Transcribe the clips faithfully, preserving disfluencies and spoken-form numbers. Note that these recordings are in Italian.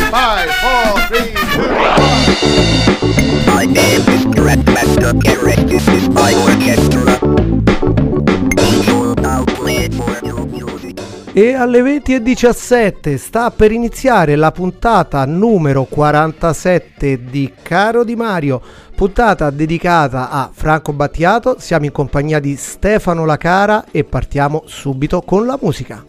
five, four, three, two, one. My name is Red Master Garrett. This is my orchestra. Now play more new music. E alle venti e diciassette sta per iniziare la puntata numero quarantasette di Caro Di Mario, puntata dedicata a Franco Battiato. Siamo in compagnia di Stefano La Cara e partiamo subito con la musica.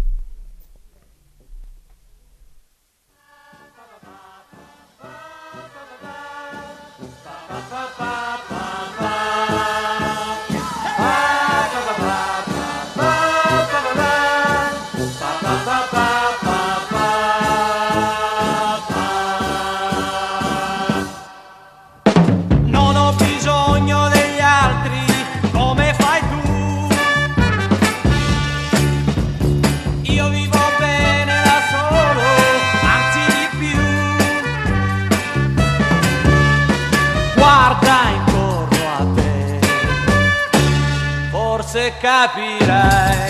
Capirai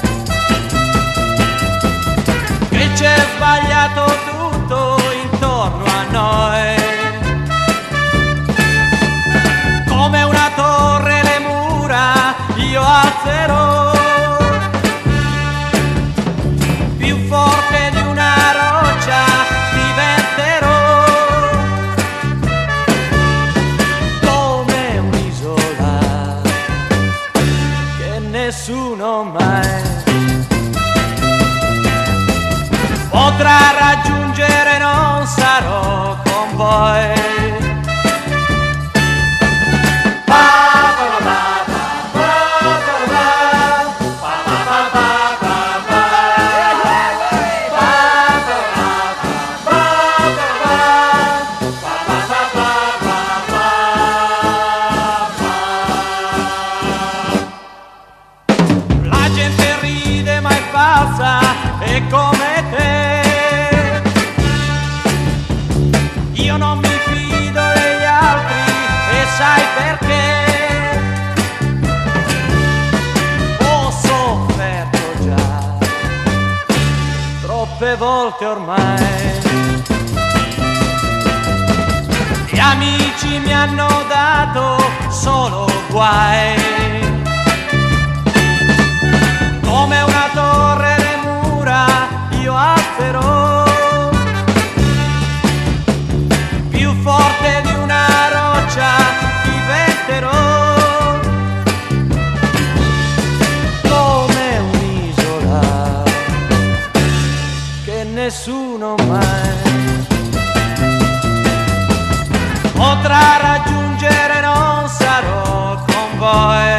che c'è sbagliato tutto intorno a noi, come una torre le mura io alzerò, più forte di una roccia diventerò, come un'isola che nessuno mai potrà raggiungere, non sarò con voi. Volte ormai gli amici mi hanno dato solo guai, come una torre le mura io alzerò, più forte di una roccia diventerò, nessuno mai potrà raggiungere, non sarò con voi.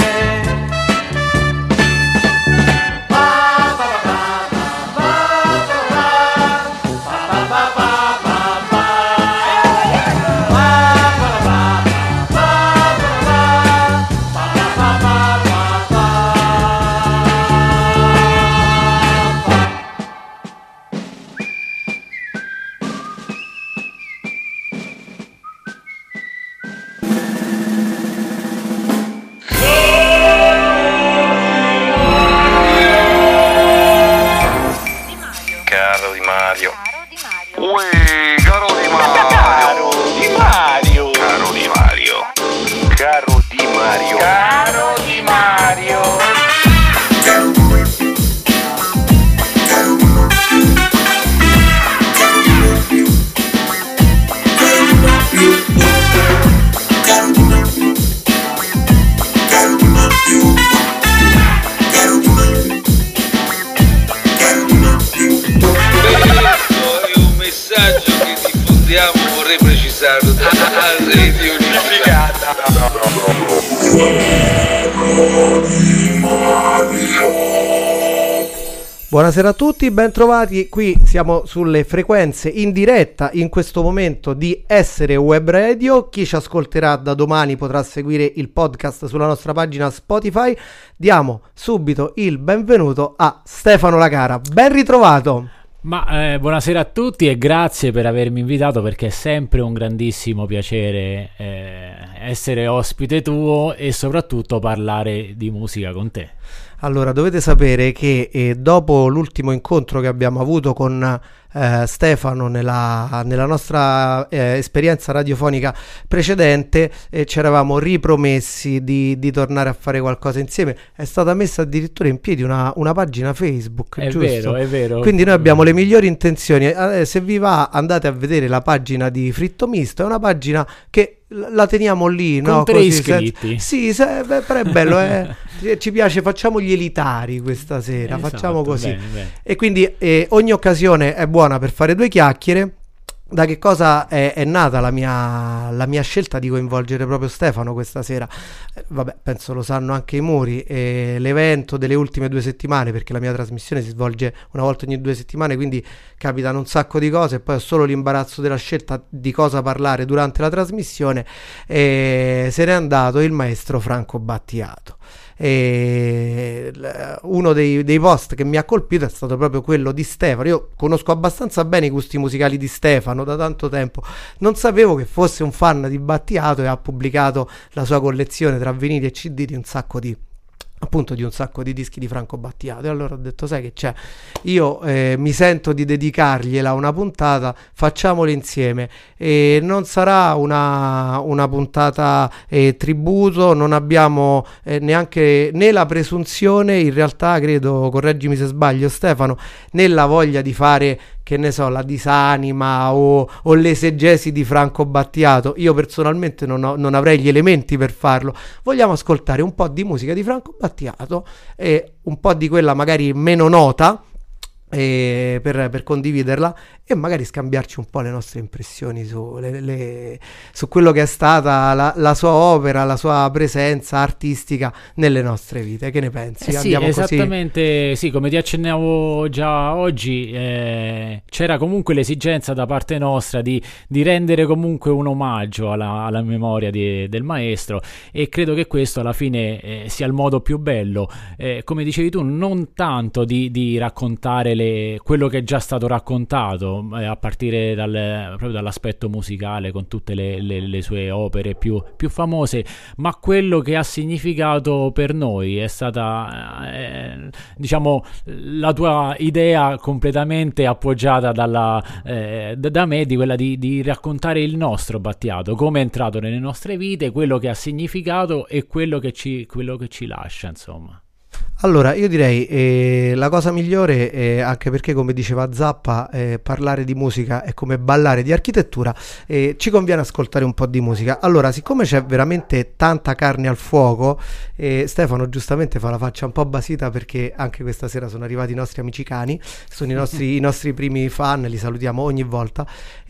Vorrei precisarlo da radio unificata. Buonasera a tutti, ben trovati. Qui siamo sulle frequenze in diretta in questo momento di Essere Web Radio. Chi ci ascolterà da domani potrà seguire il podcast sulla nostra pagina Spotify. Diamo subito il benvenuto a Stefano La Cara. Ben ritrovato. Ma eh, buonasera a tutti e grazie per avermi invitato, perché è sempre un grandissimo piacere eh, essere ospite tuo e soprattutto parlare di musica con te. Allora, dovete sapere che eh, dopo l'ultimo incontro che abbiamo avuto con eh, Stefano nella, nella nostra eh, esperienza radiofonica precedente, eh, ci eravamo ripromessi di, di tornare a fare qualcosa insieme. È stata messa addirittura in piedi una, una pagina Facebook, È giusto? vero, è vero. Quindi noi abbiamo le migliori intenzioni. Eh, se vi va, andate a vedere la pagina di Fritto Misto, è una pagina che la teniamo lì, con no? tre Così, iscritti. senza... Sì, se... beh, però è bello, eh? Ci piace, facciamo gli elitari questa sera, Esatto, facciamo così. bene, bene. E quindi eh, ogni occasione è buona per fare due chiacchiere. Da che cosa è, è nata la mia, la mia scelta di coinvolgere proprio Stefano questa sera? Eh, vabbè, penso lo sanno anche i muri. Eh, l'evento delle ultime due settimane, perché la mia trasmissione si svolge una volta ogni due settimane, quindi capitano un sacco di cose e poi ho solo l'imbarazzo della scelta di cosa parlare durante la trasmissione. Eh, se n'è andato il maestro Franco Battiato. E uno dei, dei post che mi ha colpito è stato proprio quello di Stefano. Io conosco abbastanza bene i gusti musicali di Stefano da tanto tempo, non sapevo che fosse un fan di Battiato e ha pubblicato la sua collezione tra vinili e C D di un sacco di appunto di un sacco di dischi di Franco Battiato. E allora ho detto, sai che c'è, io eh, mi sento di dedicargliela una puntata, facciamolo insieme. E non sarà una, una puntata eh, tributo, non abbiamo eh, neanche né la presunzione, in realtà credo, correggimi se sbaglio Stefano, né la voglia di fare, che ne so, la disanima o, o l'esegesi di Franco Battiato. Io personalmente non, ho, non avrei gli elementi per farlo. Vogliamo ascoltare un po' di musica di Franco Battiato e un po' di quella magari meno nota, e per, per condividerla e magari scambiarci un po' le nostre impressioni su, le, le, su quello che è stata la, la sua opera, la sua presenza artistica nelle nostre vite. Che ne pensi? Eh sì, esattamente così. Sì, come ti accennavo già oggi, eh, c'era comunque l'esigenza da parte nostra di, di rendere comunque un omaggio alla, alla memoria di, del maestro, e credo che questo alla fine eh, sia il modo più bello, eh, come dicevi tu, non tanto di, di raccontare le, quello che è già stato raccontato, eh, a partire dal, proprio dall'aspetto musicale con tutte le, le, le sue opere più, più famose, ma quello che ha significato per noi. È stata eh, diciamo la tua idea completamente appoggiata dalla, eh, da me, di quella di, di raccontare il nostro Battiato, come è entrato nelle nostre vite, quello che ha significato e quello che ci, quello che ci lascia, insomma. Allora, io direi eh, la cosa migliore, eh, anche perché come diceva Zappa, eh, parlare di musica è come ballare di architettura, eh, ci conviene ascoltare un po' di musica. Allora, siccome c'è veramente tanta carne al fuoco, eh, Stefano giustamente fa la faccia un po' basita, perché anche questa sera sono arrivati i nostri amici cani, sono i nostri, i nostri primi fan, li salutiamo ogni volta,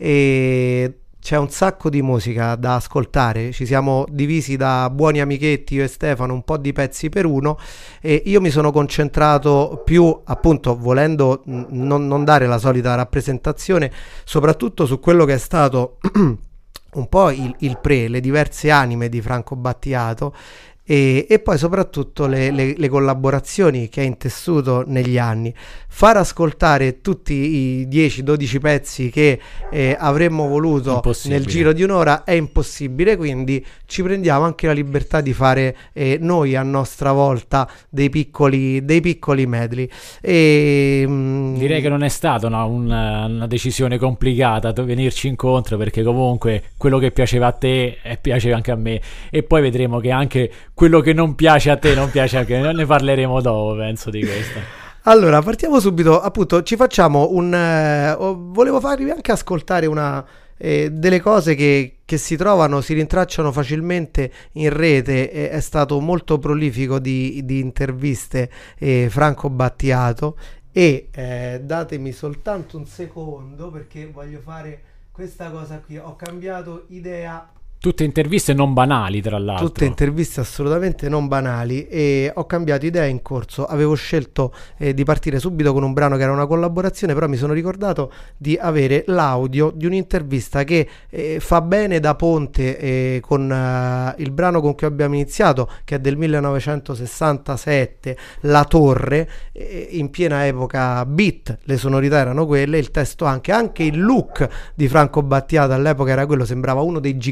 e c'è un sacco di musica da ascoltare. Ci siamo divisi da buoni amichetti, io e Stefano, un po' di pezzi per uno, e io mi sono concentrato più, appunto, volendo n- non, non dare la solita rappresentazione, soprattutto su quello che è stato un po' il, il pre, le diverse anime di Franco Battiato, e, e poi soprattutto le, le, le collaborazioni che ha intessuto negli anni. Far ascoltare tutti i dieci dodici pezzi che eh, avremmo voluto nel giro di un'ora è impossibile, quindi ci prendiamo anche la libertà di fare eh, noi a nostra volta dei piccoli, dei piccoli medley. E, mh, direi che non è stata una, una, una decisione complicata venirci incontro, perché comunque quello che piaceva a te eh, piaceva anche a me, e poi vedremo che anche quello che non piace a te non piace anche a me. Ne parleremo dopo, penso, di questo. Allora, partiamo subito, appunto, ci facciamo un... Eh, oh, volevo farvi anche ascoltare una... Eh, delle cose che, che si trovano, si rintracciano facilmente in rete. Eh, è stato molto prolifico di, di interviste eh, Franco Battiato, e eh, datemi soltanto un secondo, perché voglio fare questa cosa qui. Ho cambiato idea. Tutte interviste non banali, tra l'altro. Tutte interviste assolutamente non banali, e ho cambiato idea in corso. Avevo scelto eh, di partire subito con un brano che era una collaborazione, però mi sono ricordato di avere l'audio di un'intervista che eh, fa bene da ponte eh, con uh, il brano con cui abbiamo iniziato, che è del millenovecentosessantasette, La Torre, eh, in piena epoca beat. Le sonorità erano quelle, il testo anche, anche il look di Franco Battiato all'epoca era quello, sembrava uno dei giganti.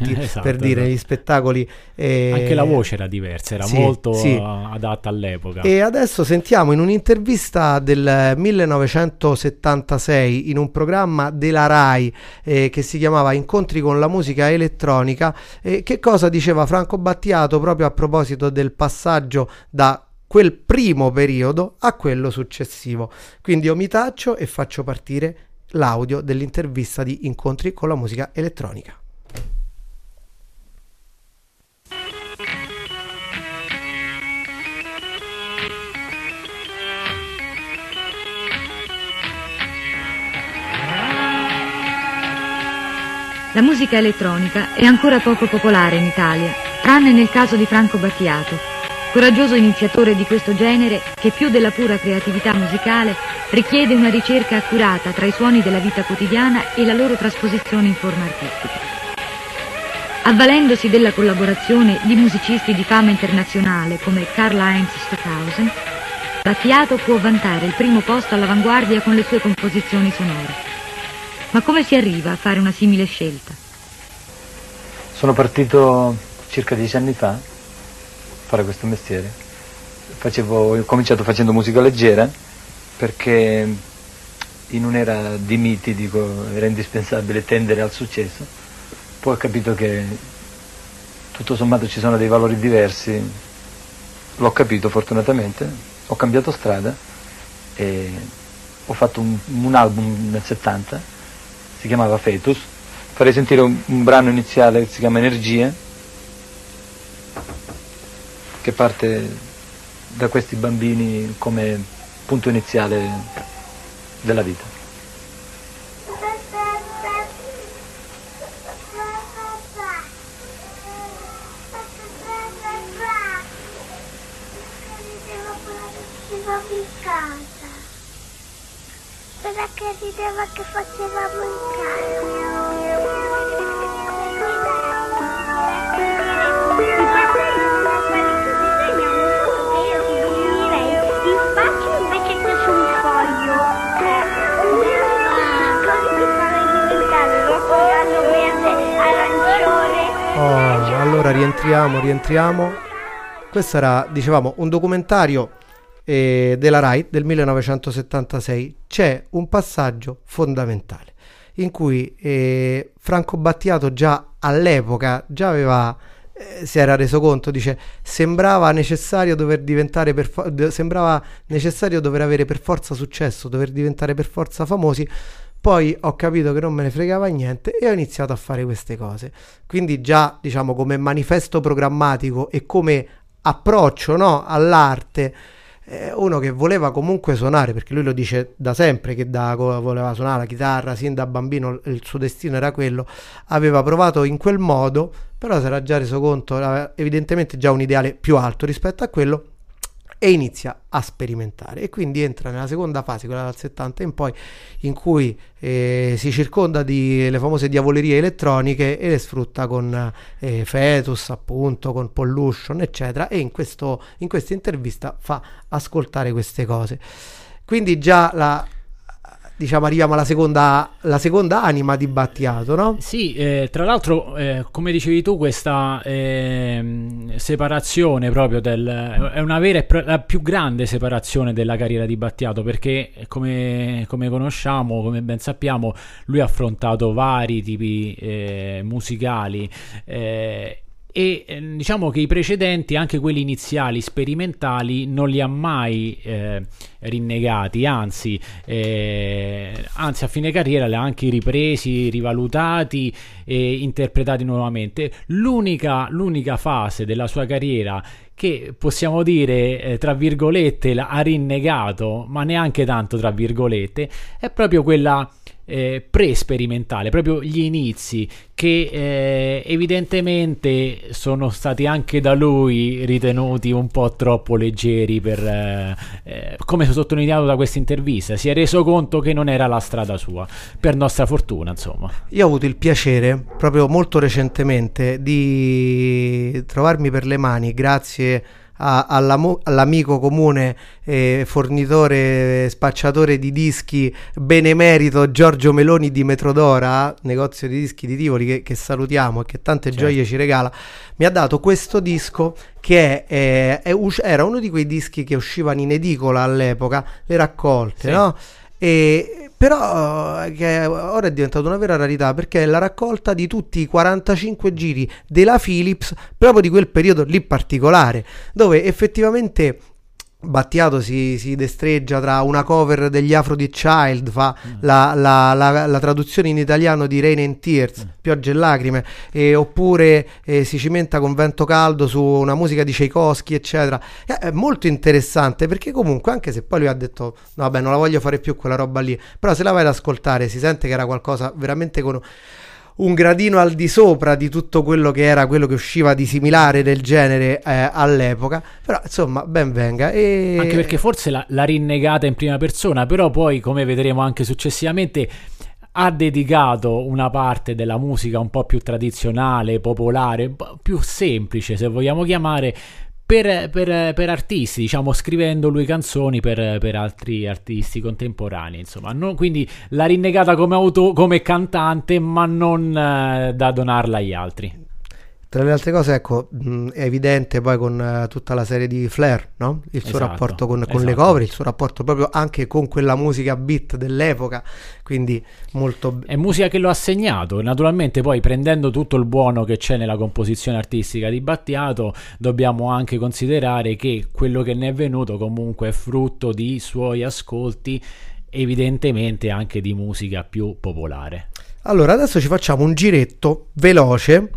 strumenti, Esatto, per dire, esatto. negli spettacoli. eh, Anche la voce era diversa, era sì, molto sì. uh, adatta all'epoca. E adesso sentiamo in un'intervista del millenovecentosettantasei in un programma della Rai eh, che si chiamava Incontri con la musica elettronica, eh, che cosa diceva Franco Battiato proprio a proposito del passaggio da quel primo periodo a quello successivo. Quindi io mi taccio e faccio partire l'audio dell'intervista di Incontri con la musica elettronica. La musica elettronica è ancora poco popolare in Italia, tranne nel caso di Franco Battiato, coraggioso iniziatore di questo genere che più della pura creatività musicale richiede una ricerca accurata tra i suoni della vita quotidiana e la loro trasposizione in forma artistica. Avvalendosi della collaborazione di musicisti di fama internazionale come Karl-Heinz Stockhausen, Battiato può vantare il primo posto all'avanguardia con le sue composizioni sonore. Ma come si arriva a fare una simile scelta? Sono partito circa dieci anni fa a fare questo mestiere. Facevo, ho cominciato facendo musica leggera perché in un'era di miti, dico, era indispensabile tendere al successo. Poi ho capito che tutto sommato ci sono dei valori diversi. L'ho capito fortunatamente, ho cambiato strada e ho fatto un, un album nel settanta. Si chiamava Fetus. Farei sentire un, un brano iniziale che si chiama Energie, che parte da questi bambini come punto iniziale della vita. Cosa che rideva che facevamo in casa? Ti faccio invece che su un foglio. Cosa ti farei diventare? Rosso, giallo, verde, arancione. Oh, allora rientriamo, rientriamo. Questo era, dicevamo, un documentario eh, della Rai del millenovecentosettantasei. C'è un passaggio fondamentale in cui eh, Franco Battiato già all'epoca già aveva eh, si era reso conto, dice, sembrava necessario dover diventare per fo- de- sembrava necessario dover avere per forza successo, dover diventare per forza famosi. Poi ho capito che non me ne fregava niente e ho iniziato a fare queste cose. Quindi già, diciamo, come manifesto programmatico e come approccio, no, all'arte, eh, uno che voleva comunque suonare, perché lui lo dice da sempre che da, voleva suonare la chitarra sin da bambino, il suo destino era quello, aveva provato in quel modo, però si era già reso conto, aveva evidentemente già un ideale più alto rispetto a quello, e inizia a sperimentare, e quindi entra nella seconda fase, quella dal settanta in poi, in cui eh, si circonda di le famose diavolerie elettroniche e le sfrutta con eh, Fetus, appunto, con Pollution, eccetera, e in questo in questa intervista fa ascoltare queste cose. Quindi già la, diciamo, arriviamo alla seconda, la seconda anima di Battiato, no? Sì, eh, tra l'altro, eh, come dicevi tu, questa eh, separazione proprio del, è una vera e pro- la più grande separazione della carriera di Battiato, perché come, come conosciamo, come ben sappiamo, lui ha affrontato vari tipi eh, musicali, eh, e eh, diciamo che i precedenti, anche quelli iniziali sperimentali, non li ha mai eh, rinnegati, anzi eh, anzi a fine carriera li ha anche ripresi, rivalutati e interpretati nuovamente. L'unica, l'unica fase della sua carriera che possiamo dire eh, tra virgolette ha rinnegato, ma neanche tanto tra virgolette, è proprio quella Eh, pre-sperimentale, proprio gli inizi, che eh, evidentemente sono stati anche da lui ritenuti un po' troppo leggeri per eh, eh, come sottolineato da questa intervista. Si è reso conto che non era la strada sua, per nostra fortuna, insomma. Io ho avuto il piacere proprio molto recentemente di trovarmi per le mani, grazie a, all'amo- all'amico comune eh, fornitore, spacciatore di dischi benemerito Giorgio Meloni di Metrodora, negozio di dischi di Tivoli, che, che salutiamo e che tante Certo. gioie ci regala. Mi ha dato questo disco che è, è- è us- era uno di quei dischi che uscivano in edicola all'epoca, le raccolte, Sì. no? E, però eh, che ora è diventata una vera rarità, perché è la raccolta di tutti i quarantacinque giri della Philips, proprio di quel periodo lì particolare, dove effettivamente Battiato si, si destreggia tra una cover degli Aphrodite Child, fa la, la- la- la traduzione in italiano di Rain and Tears, Piogge e Lacrime, e oppure eh, si cimenta con Vento Caldo su una musica di Tchaikovsky, eccetera. Eh, È molto interessante, perché comunque, anche se poi lui ha detto no, vabbè, non la voglio fare più quella roba lì, però se la vai ad ascoltare si sente che era qualcosa veramente con un gradino al di sopra di tutto quello che era quello che usciva di similare del genere eh, all'epoca. Però insomma, ben venga. E... Anche perché forse l'ha, l'ha rinnegata in prima persona, però poi, come vedremo anche successivamente, ha dedicato una parte della musica un po' più tradizionale, popolare, un po' più semplice, se vogliamo chiamare, per, per- per artisti, diciamo, scrivendo lui canzoni per, per altri artisti contemporanei, insomma. Non- quindi l'ha rinnegata come, auto, come cantante, ma non eh, da donarla agli altri. Tra le altre cose, ecco, mh, è evidente poi con eh, tutta la serie di Flair, no? Il suo Esatto, rapporto con, con le esatto. cover, il suo rapporto proprio anche con quella musica beat dell'epoca, quindi molto... È musica che lo ha segnato, naturalmente poi prendendo tutto il buono che c'è nella composizione artistica di Battiato, dobbiamo anche considerare che quello che ne è venuto comunque è frutto di suoi ascolti, evidentemente anche di musica più popolare. Allora, adesso ci facciamo un giretto veloce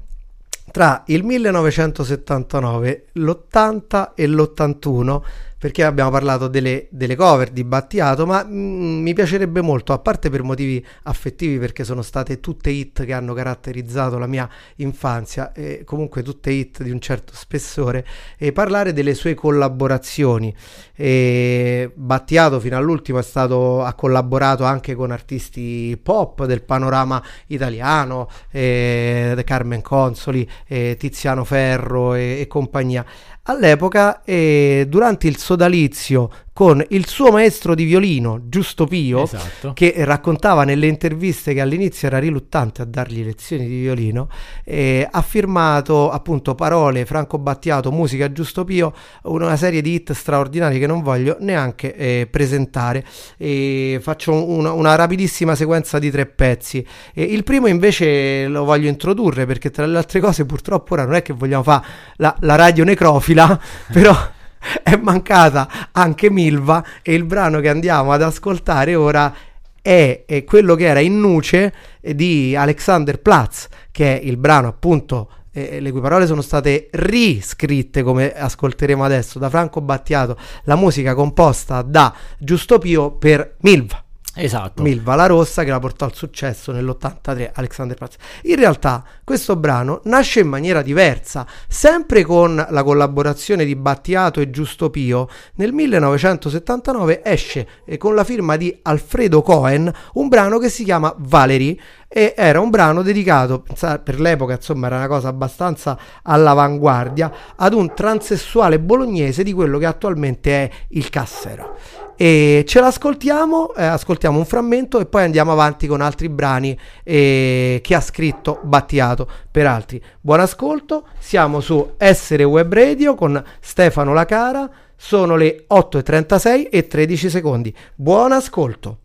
tra il millenovecentosettantanove, l'ottanta e l'ottantuno, perché abbiamo parlato delle, delle cover di Battiato, ma mm, mi piacerebbe molto, a parte per motivi affettivi, perché sono state tutte hit che hanno caratterizzato la mia infanzia, e comunque tutte hit di un certo spessore, e parlare delle sue collaborazioni. E Battiato fino all'ultimo è stato, ha collaborato anche con artisti pop del panorama italiano, eh, Carmen Consoli, eh, Tiziano Ferro e, e compagnia. All'epoca, eh, durante il sodalizio con il suo maestro di violino Giusto Pio, Esatto. che raccontava nelle interviste che all'inizio era riluttante a dargli lezioni di violino, eh, ha firmato appunto parole Franco Battiato, musica Giusto Pio, una serie di hit straordinari che non voglio neanche eh, presentare. E faccio una, una rapidissima sequenza di tre pezzi. E il primo invece lo voglio introdurre, perché tra le altre cose purtroppo ora non è che vogliamo fare la, la radio necrofila, però è mancata anche Milva, e il brano che andiamo ad ascoltare ora è, è quello che era In Nuce eh, di Alexander Platz, che è il brano appunto eh, le cui parole sono state riscritte, come ascolteremo adesso, da Franco Battiato, la musica composta da Giusto Pio per Milva. Esatto. Milva la Rossa, che la portò al successo nell'ottantatré, Alexander Platz. In realtà questo brano nasce in maniera diversa, sempre con la collaborazione di Battiato e Giusto Pio. Nel millenovecentosettantanove esce eh, con la firma di Alfredo Cohen un brano che si chiama Valerie, e era un brano dedicato, pensa- per l'epoca insomma era una cosa abbastanza all'avanguardia, ad un transessuale bolognese di quello che attualmente è il Cassero. E ce l'ascoltiamo, eh, ascoltiamo un frammento e poi andiamo avanti con altri brani eh, che ha scritto Battiato per altri. Buon ascolto, siamo su Essere Web Radio con Stefano Lacara, sono le otto e trentasei e tredici secondi. Buon ascolto.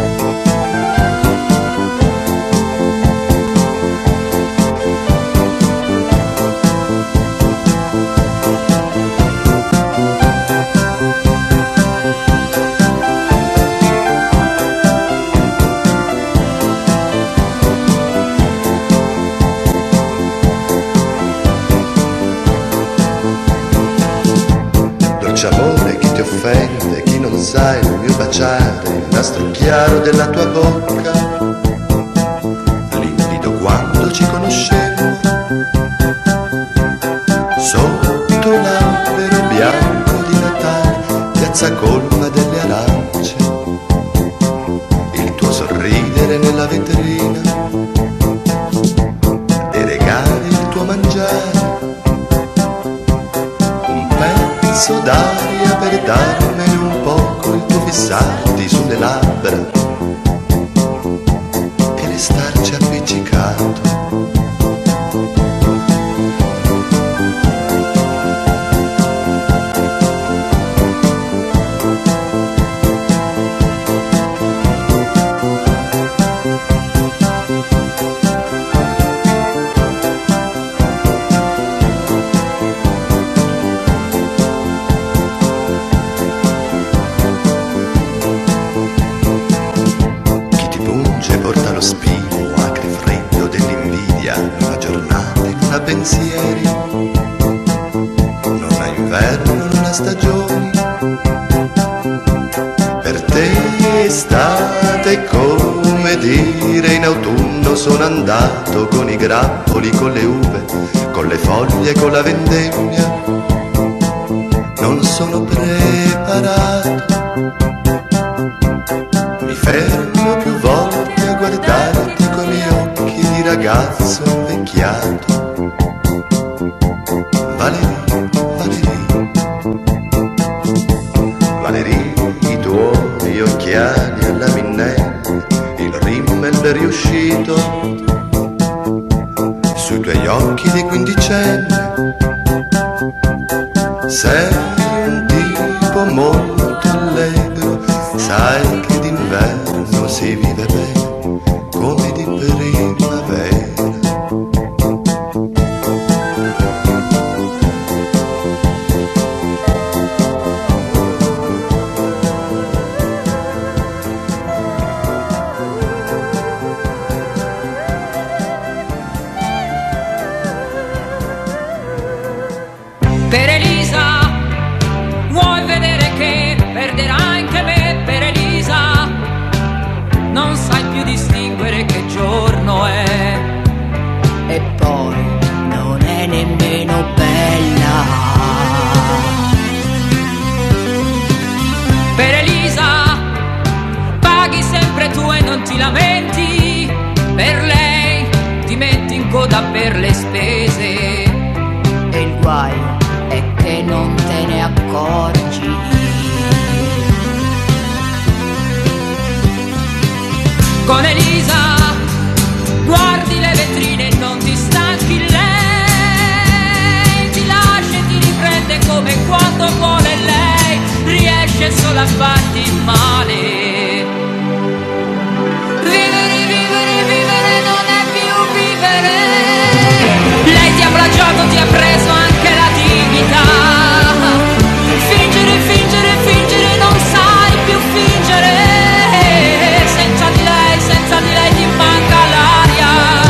Dolce amore, chi ti offende, chi non sai il mio baciare, il nastro chiaro della tua bocca, limpido quando ci conoscemmo, sotto l'albero bianco di Natale, piazza colma delle arance, il tuo sorridere nella vetrina, dei regali il tuo mangiare, baciati sulle labbra e restarci appiccicato. Pensieri, non ha inverno, non ha stagioni, per te estate è come dire in autunno sono andato con i grappoli, con le uve, con le foglie, con la vendemmia, non sono preparato, mi fermo più volte a guardarti con i miei occhi di ragazzo invecchiato. Valerie, Valerie, Valerie, i tuoi occhiali alla Minnelli, il rimmel riuscito sui tuoi occhi di quindicenne. Sei un tipo molto allegro, sai che d'inverno si vive bene come di primavera. Per Elisa, vuoi vedere che perderà anche me? Per Elisa, non sai più distinguere che giorno è. E poi non è nemmeno bella. Per Elisa, paghi sempre tu e non ti lamenti. Per lei ti metti in coda per le spese. E il guaio è che non te ne accorgi. Con Elisa guardi le vetrine e non ti stanchi, lei ti lascia e ti riprende come quando vuole lei, riesce solo a farti male. Vivere, vivere, vivere non è più vivere. Lei ti ha plagiato, ti ha preso anche la dignità. Fingere, fingere, fingere, non sai più fingere. Senza di lei, senza di lei ti manca l'aria.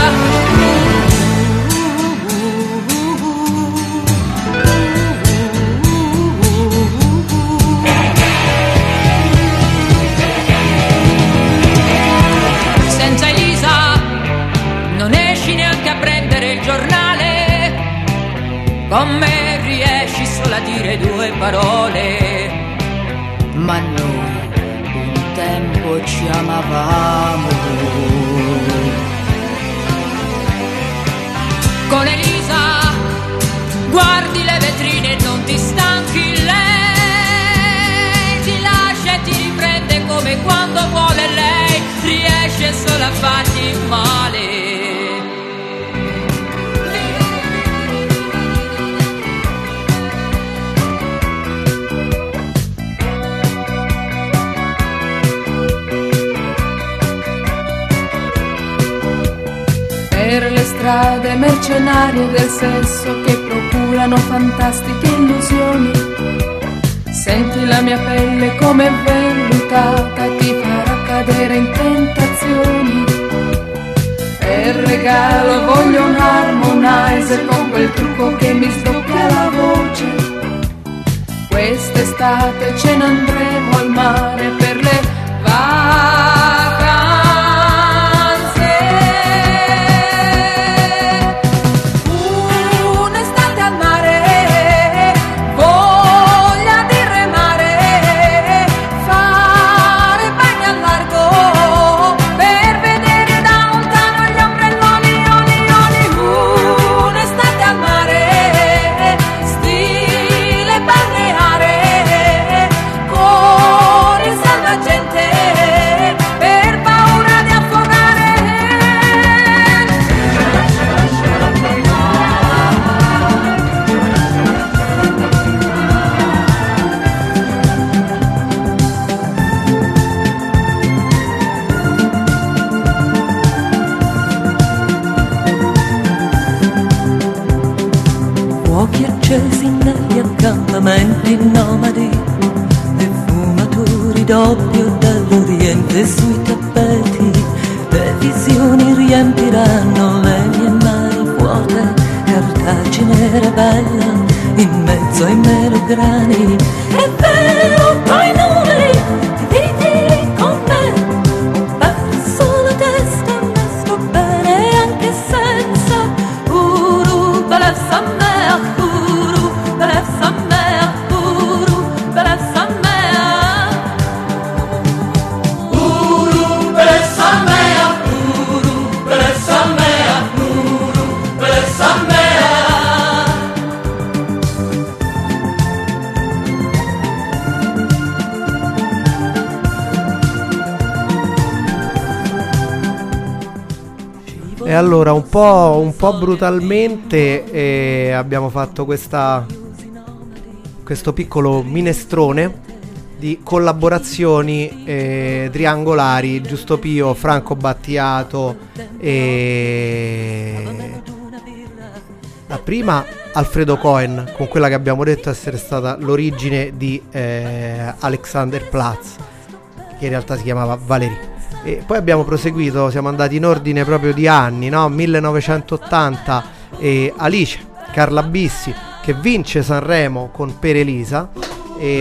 Senza Elisa non esci neanche a prendere il giornale. Con me riesci solo a dire due parole. Ma noi un tempo ci amavamo. Con Elisa guardi le vetrine e non ti stanchi, lei ti lascia e ti riprende come quando vuole lei, riesce solo a farti male. Per le strade mercenarie del sesso che procurano fantastiche illusioni, senti la mia pelle come vellutata, ti farà cadere in tentazioni. Per regalo voglio un harmonizer con quel trucco che mi sdoppia la voce. Quest'estate ce ne andremo al mare per le vacanze. Un'estate al mare, voglia di remare, fare bagni al largo per vedere da lontano gli ombrelloni, oni, oni. Un'estate al mare, stile balneare, con il sale strumenti nomadi, le fumature doppio dall'Oriente sui tappeti, le visioni riempiranno le mie mani vuote. Cartagine era bella in mezzo ai melograni, è vero, poi numeri dividiti con me, ho perso la testa ma sto bene anche senza. Uru, bellezza mea, uru, bellezza mea, uru, bellezza mea, uru, bellezza mea, uru, bellezza mea, uru, bellezza mea. E allora un po', un po' brutalmente eh, abbiamo fatto questa, questo piccolo minestrone di collaborazioni eh, triangolari, Giusto Pio, Franco Battiato e la prima Alfredo Cohen, con quella che abbiamo detto essere stata l'origine di eh, Alexanderplatz, che in realtà si chiamava Valérie. E poi abbiamo proseguito, siamo andati in ordine proprio di anni, no? millenovecentottanta e Alice, Carla Bissi, che vince Sanremo con Per Elisa, e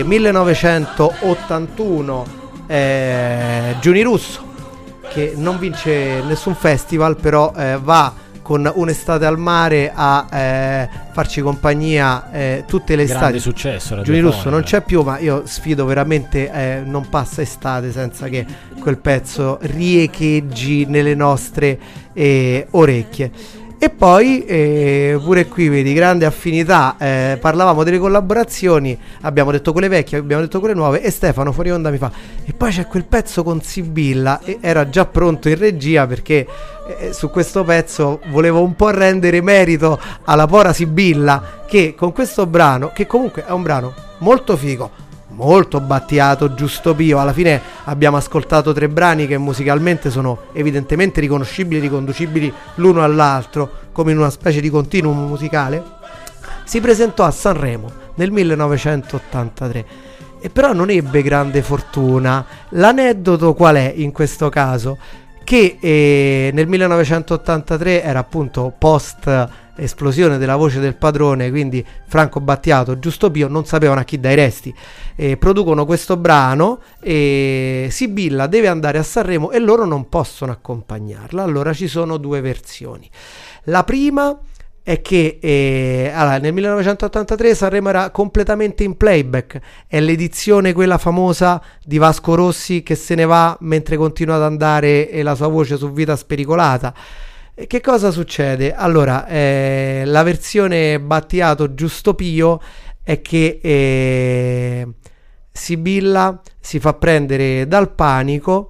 millenovecentottantuno eh, Giuni Russo, che non vince nessun festival, però eh, va con Un'estate al mare a eh, farci compagnia eh, tutte le grande estati. successo. Giuni Russo non c'è più, ma io sfido veramente, eh, non passa estate senza che quel pezzo riecheggi nelle nostre eh, orecchie. E poi eh, pure qui vedi grande affinità, eh, parlavamo delle collaborazioni, abbiamo detto quelle vecchie, abbiamo detto quelle nuove, e Stefano fuori onda mi fa: e poi c'è quel pezzo con Sibilla, e era già pronto in regia perché eh, su questo pezzo volevo un po' rendere merito alla pora Sibilla, che con questo brano, che comunque è un brano molto figo, molto Battiato, Giusto Pio, alla fine abbiamo ascoltato tre brani che musicalmente sono evidentemente riconoscibili, riconducibili l'uno all'altro come in una specie di continuum musicale. Si presentò a Sanremo nel millenovecentottantatré e però non ebbe grande fortuna. L'aneddoto qual è in questo caso? Che eh, nel millenovecentottantatré era appunto post esplosione della Voce del Padrone, quindi Franco Battiato, Giusto Pio non sapevano a chi dai resti, eh, producono questo brano e Sibilla deve andare a Sanremo e loro non possono accompagnarla. Allora ci sono due versioni. La prima è che eh, allora, nel millenovecentottantatré Sanremo era completamente in playback, è l'edizione quella famosa di Vasco Rossi che se ne va mentre continua ad andare e la sua voce su Vita Spericolata. E che cosa succede? Allora, eh, la versione Battiato Giusto Pio è che eh, Sibilla si fa prendere dal panico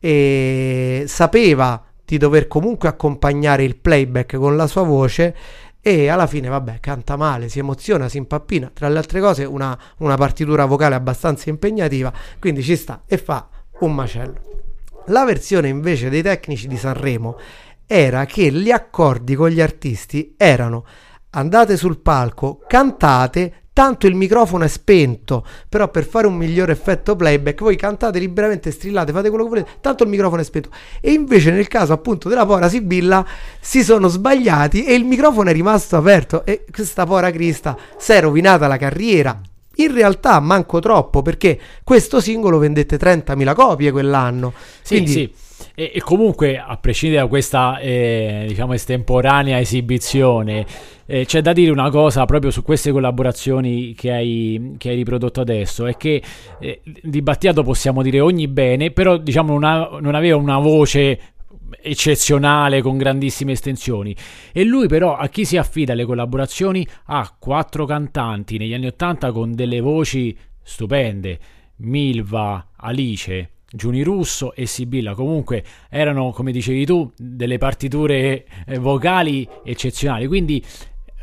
e sapeva di dover comunque accompagnare il playback con la sua voce e alla fine vabbè canta male, si emoziona, si impappina, tra le altre cose una, una partitura vocale abbastanza impegnativa, quindi ci sta e fa un macello. La versione invece dei tecnici di Sanremo era che gli accordi con gli artisti erano: andate sul palco, cantate, tanto il microfono è spento, però per fare un migliore effetto playback voi cantate liberamente, strillate, fate quello che volete, tanto il microfono è spento. E invece nel caso appunto della povera Sibilla si sono sbagliati e il microfono è rimasto aperto e questa povera Crista si è rovinata la carriera. In realtà manco troppo, perché questo singolo vendette trentamila copie quell'anno. Sì, quindi... sì. E, e comunque, a prescindere da questa eh, diciamo estemporanea esibizione, eh, c'è da dire una cosa proprio su queste collaborazioni che hai, che hai riprodotto adesso, è che eh, di Battiato possiamo dire ogni bene, però diciamo non, ha, non aveva una voce eccezionale con grandissime estensioni, e lui però a chi si affida alle collaborazioni? Ha quattro cantanti negli anni ottanta con delle voci stupende: Milva, Alice, Giuni Russo e Sibilla. Comunque erano, come dicevi tu, delle partiture eh, vocali eccezionali, quindi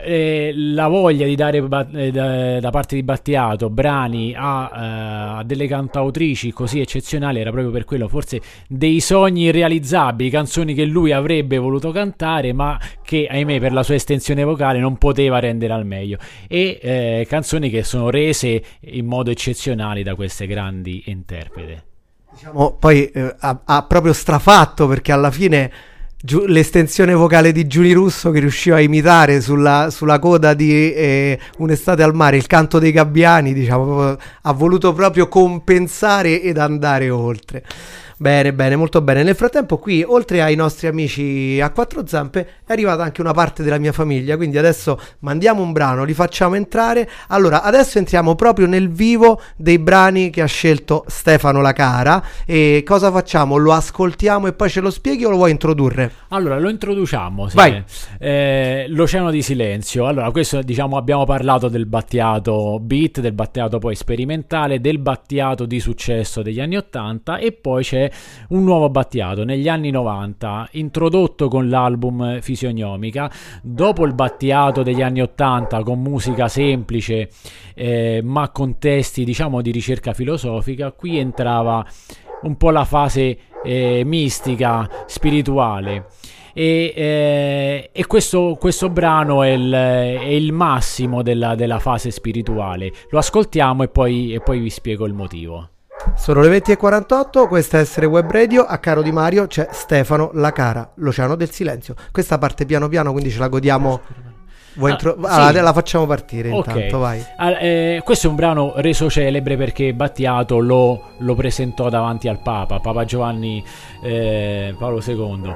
eh, la voglia di dare ba- eh, da, da parte di Battiato brani a, eh, a delle cantautrici così eccezionali era proprio per quello, forse dei sogni irrealizzabili, canzoni che lui avrebbe voluto cantare ma che ahimè per la sua estensione vocale non poteva rendere al meglio, e eh, canzoni che sono rese in modo eccezionale da queste grandi interprete. Diciamo, poi eh, ha, ha proprio strafatto, perché alla fine giu- l'estensione vocale di Giuni Russo, che riusciva a imitare sulla, sulla coda di eh, Un'estate al mare il canto dei gabbiani, diciamo, ha voluto proprio compensare ed andare oltre. Bene, bene, molto bene. Nel frattempo qui, oltre ai nostri amici a quattro zampe, è arrivata anche una parte della mia famiglia, quindi adesso mandiamo un brano, li facciamo entrare. Allora, adesso entriamo proprio nel vivo dei brani che ha scelto Stefano La Cara. E cosa facciamo? Lo ascoltiamo e poi ce lo spieghi o lo vuoi introdurre? Allora, lo introduciamo, sì. Vai. Eh, L'Oceano di Silenzio. Allora, questo, diciamo, abbiamo parlato del Battiato beat, del Battiato poi sperimentale, del Battiato di successo degli anni ottanta, e poi c'è un nuovo Battiato negli anni novanta, introdotto con l'album Fisionomica. Dopo il Battiato degli anni ottanta con musica semplice eh, ma con testi, diciamo, di ricerca filosofica, qui entrava un po' la fase eh, mistica, spirituale. E, eh, e questo, questo brano è il, è il massimo della, della fase spirituale. Lo ascoltiamo e poi, e poi vi spiego il motivo. Sono le venti e quarantotto, questa è Essere Web Radio. A Caro Di Mario c'è Stefano La Cara, L'Oceano del Silenzio. Questa parte piano piano, quindi ce la godiamo. Vuoi Ah, intro- sì. ah, la facciamo partire Ok. intanto, vai. Ah, eh, questo è un brano reso celebre perché Battiato lo, lo presentò davanti al Papa, Papa Giovanni eh, Paolo secondo,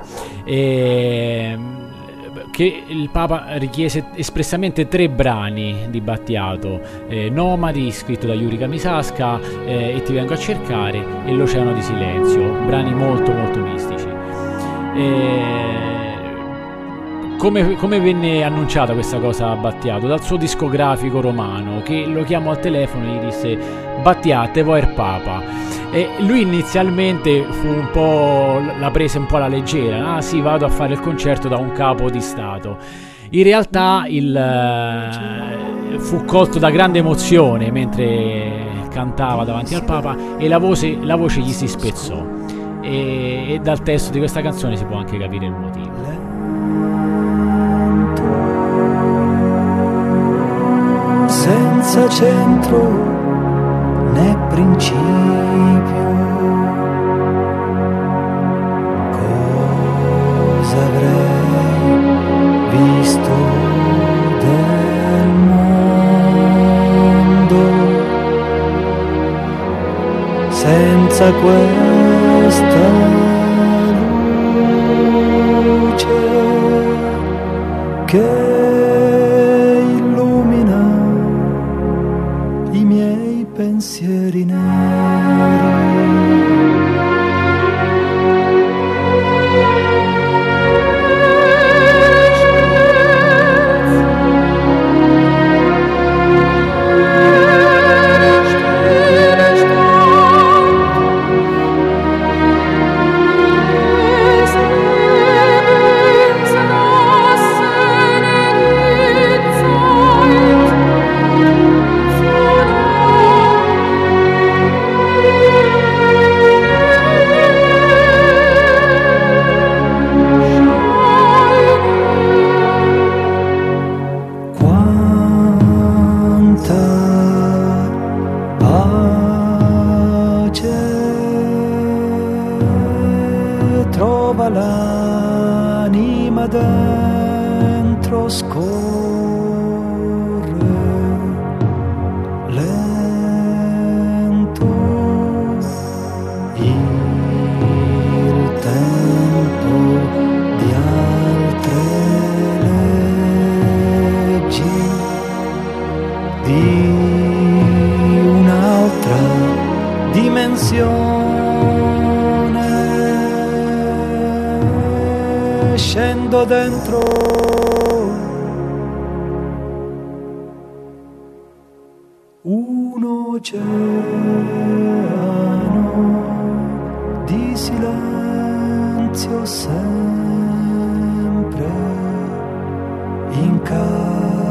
e, che il Papa richiese espressamente tre brani di Battiato: eh, Nomadi, scritto da Yuri Kamisasca, eh, E ti vengo a cercare, e L'Oceano di Silenzio, brani molto molto mistici. E... Come, come venne annunciata questa cosa a Battiato? Dal suo discografico romano, che lo chiamò al telefono e gli disse: Battiato, vuoi il Papa? E lui inizialmente fu un po', la prese un po' alla leggera. Ah sì, vado a fare il concerto da un capo di Stato. In realtà il, eh, fu colto da grande emozione mentre cantava davanti al Papa, e la voce, la voce gli si spezzò, e, e dal testo di questa canzone si può anche capire il motivo. Senza centro né principio, cosa avrei visto del mondo senza questa luce che pensieri dentro un oceano di silenzio sempre in casa.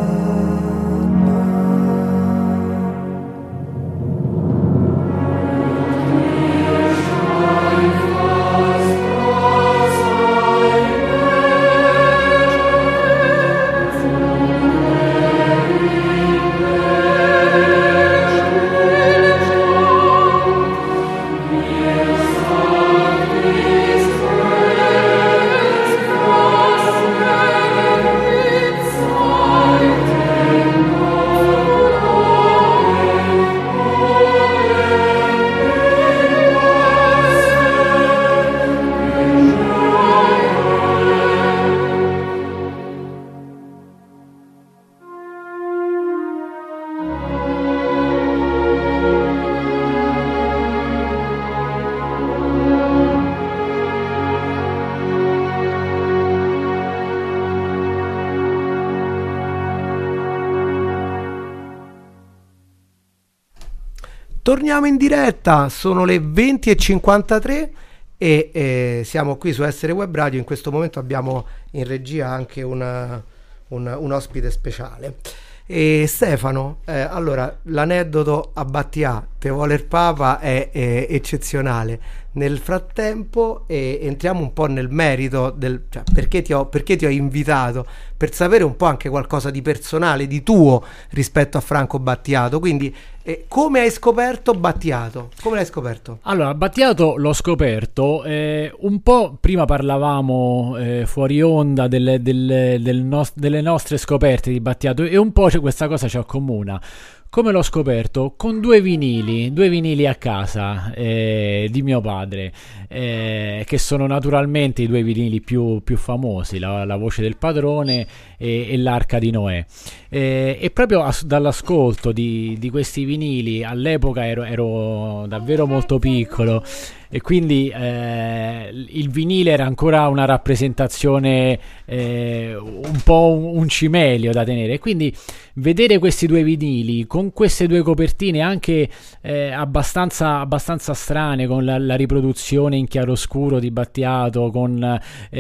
Torniamo in diretta, sono le venti e cinquantatré e eh, siamo qui su Essere Web Radio. In questo momento abbiamo in regia anche una, un, un ospite speciale. E Stefano, eh, allora l'aneddoto a Battià, Te voler Papa è, è eccezionale. Nel frattempo eh, entriamo un po' nel merito del, cioè, perché ti ho, perché ti ho invitato, per sapere un po' anche qualcosa di personale, di tuo rispetto a Franco Battiato. Quindi eh, come hai scoperto Battiato? Come l'hai scoperto? Allora, Battiato l'ho scoperto eh, un po', prima parlavamo eh, fuori onda delle, delle, del nos- delle nostre scoperte di Battiato, e un po' questa cosa ci accomuna. Come l'ho scoperto? Con due vinili, due vinili a casa eh, di mio padre, eh, che sono naturalmente i due vinili più, più famosi, la, la Voce del Padrone e, e l'Arca di Noè. Eh, e proprio as- dall'ascolto di, di questi vinili, all'epoca ero, ero davvero molto piccolo, e quindi eh, il vinile era ancora una rappresentazione eh, un po' un, un cimelio da tenere, e quindi vedere questi due vinili con queste due copertine anche eh, abbastanza, abbastanza strane, con la, la riproduzione in chiaroscuro di Battiato, con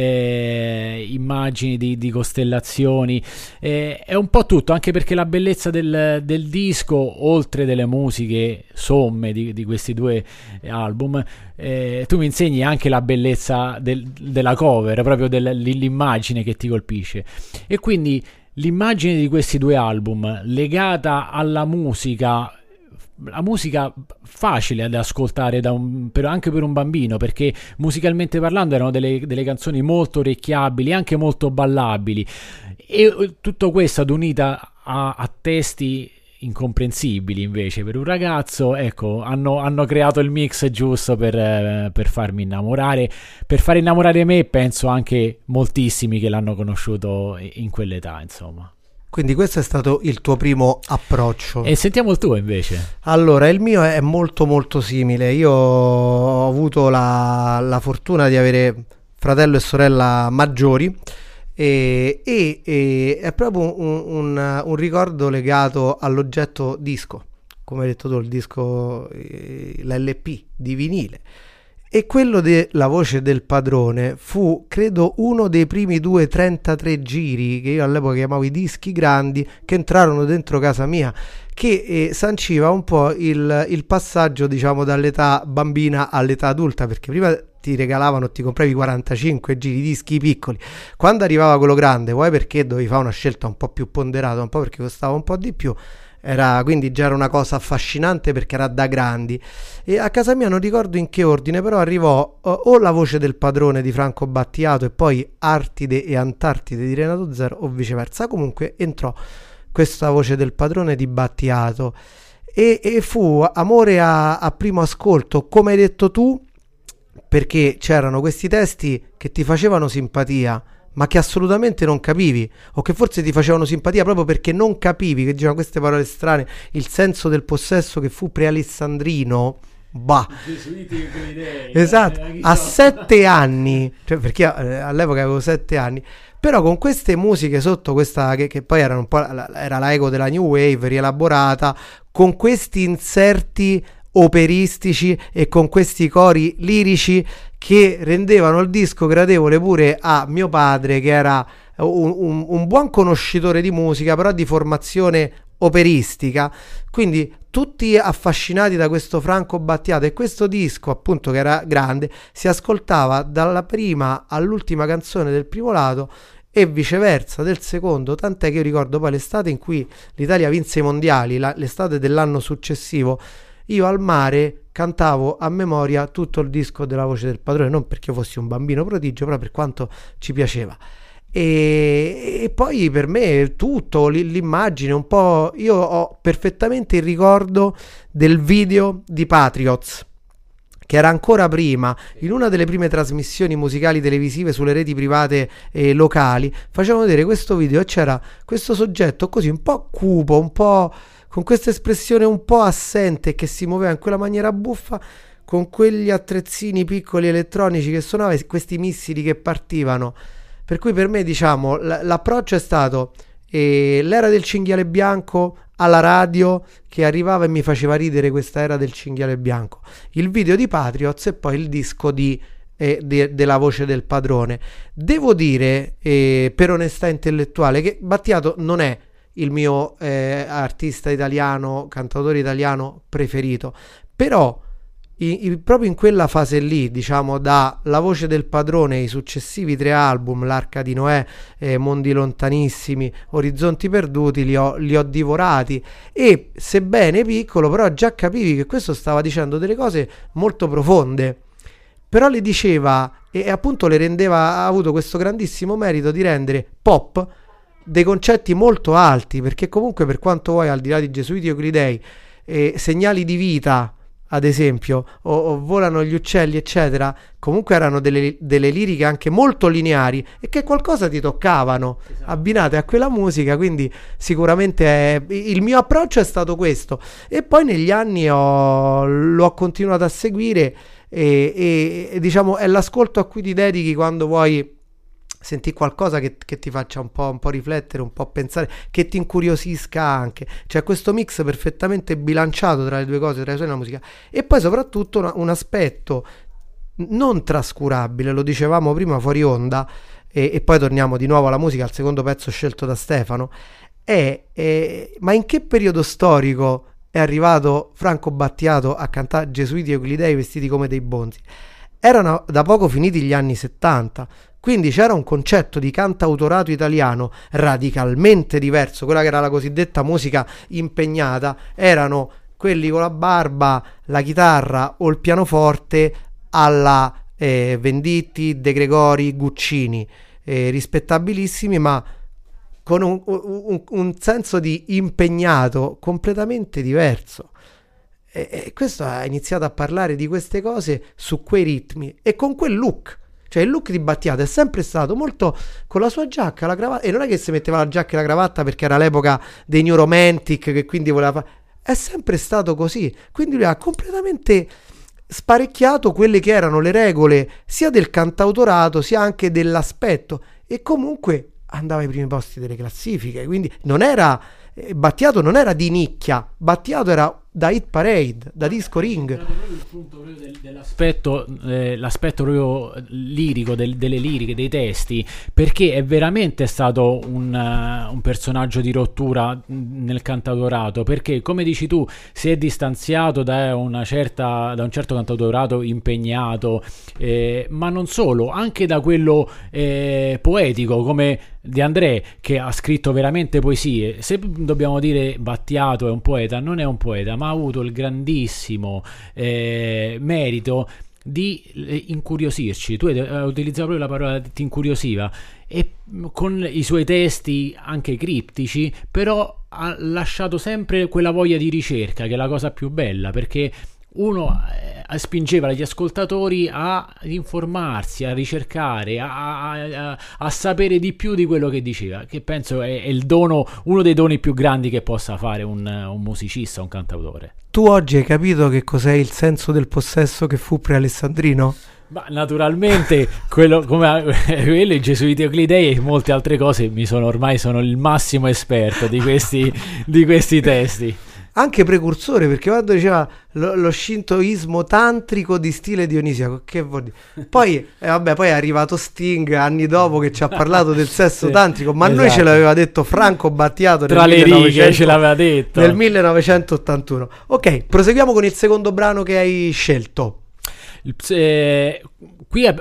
eh, immagini di, di costellazioni, eh, è un po' tutto, anche perché la bellezza del, del disco, oltre delle musiche somme di, di questi due album, Eh, tu mi insegni anche la bellezza del, della cover, proprio dell'immagine che ti colpisce, e quindi l'immagine di questi due album legata alla musica, la musica facile da ascoltare da un, per, anche per un bambino, perché musicalmente parlando erano delle, delle canzoni molto orecchiabili, anche molto ballabili, e tutto questo ad unita a, a testi incomprensibili invece per un ragazzo, ecco, hanno, hanno creato il mix giusto per, eh, per farmi innamorare, per far innamorare me, e penso anche moltissimi che l'hanno conosciuto in quell'età, insomma. Quindi questo è stato il tuo primo approccio. E sentiamo il tuo invece. Allora, il mio è molto molto simile. Io ho avuto la, la fortuna di avere fratello e sorella maggiori, E, e, e è proprio un, un, un ricordo legato all'oggetto disco, come hai detto tu, il disco, l'L P di vinile, e quello della Voce del Padrone fu, credo, uno dei primi due trentatré giri che io all'epoca chiamavo i dischi grandi, che entrarono dentro casa mia, che eh, sanciva un po' il, il passaggio, diciamo, dall'età bambina all'età adulta, perché prima ti regalavano, ti compravi quarantacinque giri, dischi piccoli. Quando arrivava quello grande, vuoi perché dovevi fare una scelta un po' più ponderata, un po' perché costava un po' di più, era, quindi già era una cosa affascinante perché era da grandi. E a casa mia non ricordo in che ordine, però arrivò uh, o La Voce del Padrone di Franco Battiato e poi Artide e Antartide di Renato Zero, o viceversa. Comunque entrò questa Voce del Padrone di Battiato e, e fu amore a, a primo ascolto, come hai detto tu, perché c'erano questi testi che ti facevano simpatia, ma che assolutamente non capivi, o che forse ti facevano simpatia proprio perché non capivi, che dicevano queste parole strane, il senso del possesso che fu pre-alessandrino. Bah, esatto, a sette anni, cioè perché io, eh, all'epoca avevo sette anni, però con queste musiche sotto, questa che, che poi erano un po' la, era la eco della New Wave rielaborata, con questi inserti operistici e con questi cori lirici che rendevano il disco gradevole pure a mio padre, che era un, un, un buon conoscitore di musica, però di formazione operistica, quindi tutti affascinati da questo Franco Battiato. E questo disco, appunto, che era grande, si ascoltava dalla prima all'ultima canzone del primo lato e viceversa del secondo, tant'è che io ricordo poi l'estate in cui l'Italia vinse i mondiali, la, l'estate dell'anno successivo, io al mare cantavo a memoria tutto il disco della Voce del Padrone, non perché io fossi un bambino prodigio, però per quanto ci piaceva. E, e poi per me tutto, l'immagine un po', io ho perfettamente il ricordo del video di Patriots, che era ancora prima, in una delle prime trasmissioni musicali televisive sulle reti private eh, locali, facevano vedere questo video e c'era questo soggetto così un po' cupo, un po' con questa espressione un po' assente, che si muoveva in quella maniera buffa, con quegli attrezzini piccoli elettronici che suonava e questi missili che partivano. Per cui per me, diciamo, l- l'approccio è stato e l'era del cinghiale bianco alla radio che arrivava e mi faceva ridere questa era del cinghiale bianco, il video di Patriots e poi il disco di, eh, de, della voce del padrone. Devo dire, eh, per onestà intellettuale, che Battiato non è il mio eh, artista italiano, cantautore italiano preferito, però I, i, proprio in quella fase lì, diciamo da La voce del padrone, i successivi tre album, L'Arca di Noè, eh, Mondi lontanissimi, Orizzonti perduti, li ho, li ho divorati, e sebbene piccolo però già capivi che questo stava dicendo delle cose molto profonde, però le diceva e, e appunto le rendeva, ha avuto questo grandissimo merito di rendere pop dei concetti molto alti, perché comunque, per quanto vuoi, al di là di Gesuiti Euclidei, eh, Segnali di vita ad esempio, o, o Volano gli uccelli eccetera, comunque erano delle, delle liriche anche molto lineari e che qualcosa ti toccavano, esatto, abbinate a quella musica, quindi sicuramente è, il mio approccio è stato questo, e poi negli anni ho, l'ho continuato a seguire e, e, e diciamo è l'ascolto a cui ti dedichi quando vuoi senti qualcosa che, che ti faccia un po', un po' riflettere, un po' pensare, che ti incuriosisca anche. C'è questo mix perfettamente bilanciato tra le due cose, tra le suoni e la musica. E poi soprattutto una, un aspetto non trascurabile, lo dicevamo prima fuori onda, e, e poi torniamo di nuovo alla musica, al secondo pezzo scelto da Stefano, è, è ma in che periodo storico è arrivato Franco Battiato a cantare Gesuiti Euclidei vestiti come dei bonzi? Erano da poco finiti gli anni settanta, quindi c'era un concetto di cantautorato italiano radicalmente diverso. Quella che era la cosiddetta musica impegnata erano quelli con la barba, la chitarra o il pianoforte alla eh, Venditti, De Gregori, Guccini, eh, rispettabilissimi, ma con un, un, un senso di impegnato completamente diverso. E, e questo ha iniziato a parlare di queste cose su quei ritmi e con quel look. Cioè il look di Battiato è sempre stato molto con la sua giacca, la cravatta, e non è che si metteva la giacca e la cravatta perché era l'epoca dei New Romantic, che quindi voleva fare, è sempre stato così, quindi lui ha completamente sparecchiato quelle che erano le regole sia del cantautorato sia anche dell'aspetto, e comunque andava ai primi posti delle classifiche, quindi non era Battiato non era di nicchia, Battiato era da hit parade, da disco ring. Il punto proprio del, dell'aspetto, eh, l'aspetto proprio lirico, del, delle liriche, dei testi, perché è veramente stato un, uh, un personaggio di rottura nel cantautorato, perché come dici tu si è distanziato da, una certa, da un certo cantautorato impegnato, eh, ma non solo, anche da quello eh, poetico come De André, che ha scritto veramente poesie. Se dobbiamo dire Battiato è un poeta, non è un poeta, ma ha avuto il grandissimo eh, merito di eh, incuriosirci. Tu hai utilizzato proprio la parola ti incuriosiva, e con i suoi testi anche criptici, però ha lasciato sempre quella voglia di ricerca, che è la cosa più bella, perché uno eh, spingeva gli ascoltatori a informarsi, a ricercare, a, a, a sapere di più di quello che diceva, che penso è, è il dono, uno dei doni più grandi che possa fare un, un musicista, un cantautore. Tu oggi hai capito che cos'è il senso del possesso che fu pre-alessandrino? Ma naturalmente quello, come quello, i Gesuiti Euclidei e molte altre cose, mi sono ormai sono il massimo esperto di questi, di questi testi. Anche precursore, perché quando diceva lo, lo shintoismo tantrico di stile dionisiaco, che vuol dire? Poi, eh, vabbè, poi è arrivato Sting anni dopo che ci ha parlato del sesso sì, tantrico, ma esatto. Noi ce l'aveva detto Franco Battiato tra le righe, ce l'aveva detto nel millenovecentottantuno. Ok, proseguiamo con il secondo brano che hai scelto. Il, eh, qui eh,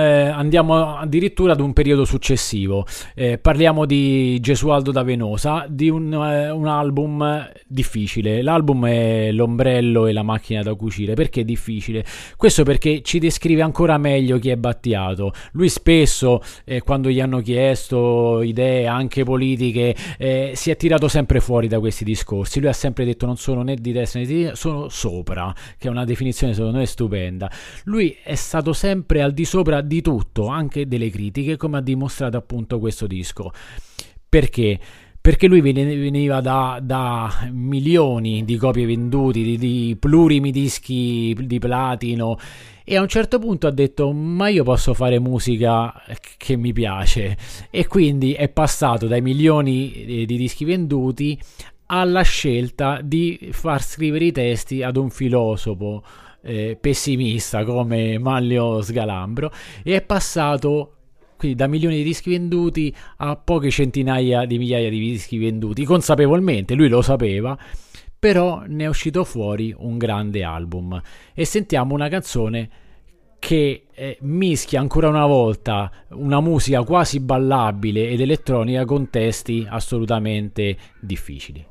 andiamo addirittura ad un periodo successivo, eh, parliamo di Gesualdo da Venosa, di un, eh, un album difficile. L'album è L'ombrello e la macchina da cucire. Perché difficile? Questo perché ci descrive ancora meglio chi è Battiato. Lui spesso eh, quando gli hanno chiesto idee anche politiche eh, si è tirato sempre fuori da questi discorsi. Lui ha sempre detto non sono né di destra né di sinistra, sono sopra, che è una definizione secondo me stupenda. Lui è stato sempre al di sopra di tutto, anche delle critiche, come ha dimostrato appunto questo disco. Perché? Perché lui veniva da, da milioni di copie venduti, di, di plurimi dischi di platino, e a un certo punto ha detto: ma io posso fare musica che mi piace, e quindi è passato dai milioni di dischi venduti alla scelta di far scrivere i testi ad un filosofo eh, pessimista come Manlio Sgalambro, e è passato quindi da milioni di dischi venduti a poche centinaia di migliaia di dischi venduti, consapevolmente, lui lo sapeva, però ne è uscito fuori un grande album. E sentiamo una canzone che eh, mischia ancora una volta una musica quasi ballabile ed elettronica con testi assolutamente difficili.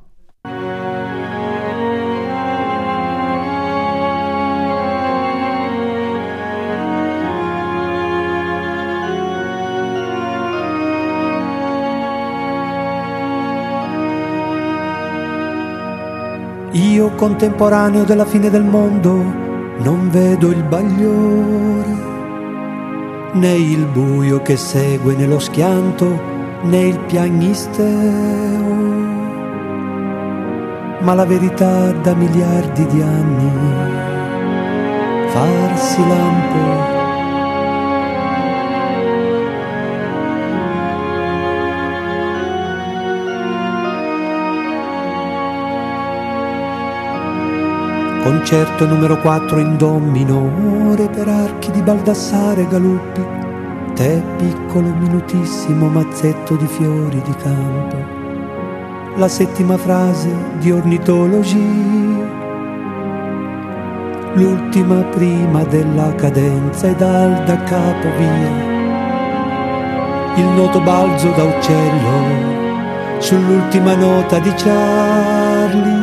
Io contemporaneo della fine del mondo non vedo il bagliore, né il buio che segue nello schianto, né il piagnisteo, ma la verità da miliardi di anni farsi lampo. Concerto numero quattro in do minore per archi di Baldassare Galuppi, te piccolo minutissimo mazzetto di fiori di campo, la settima frase di ornitologi, l'ultima prima della cadenza e dal da capo via, il noto balzo da uccello sull'ultima nota di Charlie.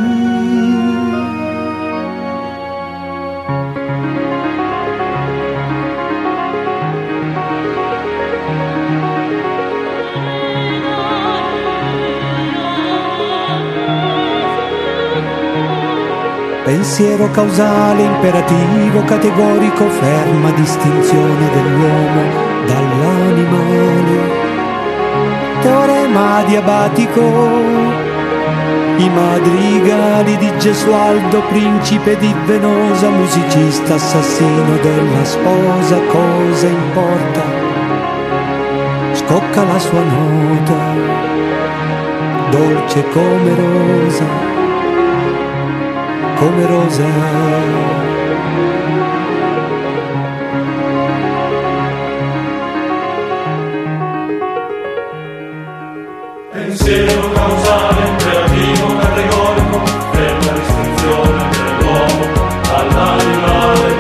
Pensiero causale, imperativo, categorico, ferma distinzione dell'uomo dall'animale. Teorema diabatico, i madrigali di Gesualdo, principe di Venosa, musicista assassino della sposa, cosa importa? Scocca la sua nota, dolce come rosa. Come rosa, pensiero causale, imperativo, categorico, ferma distinzione dell'uomo dall'animale.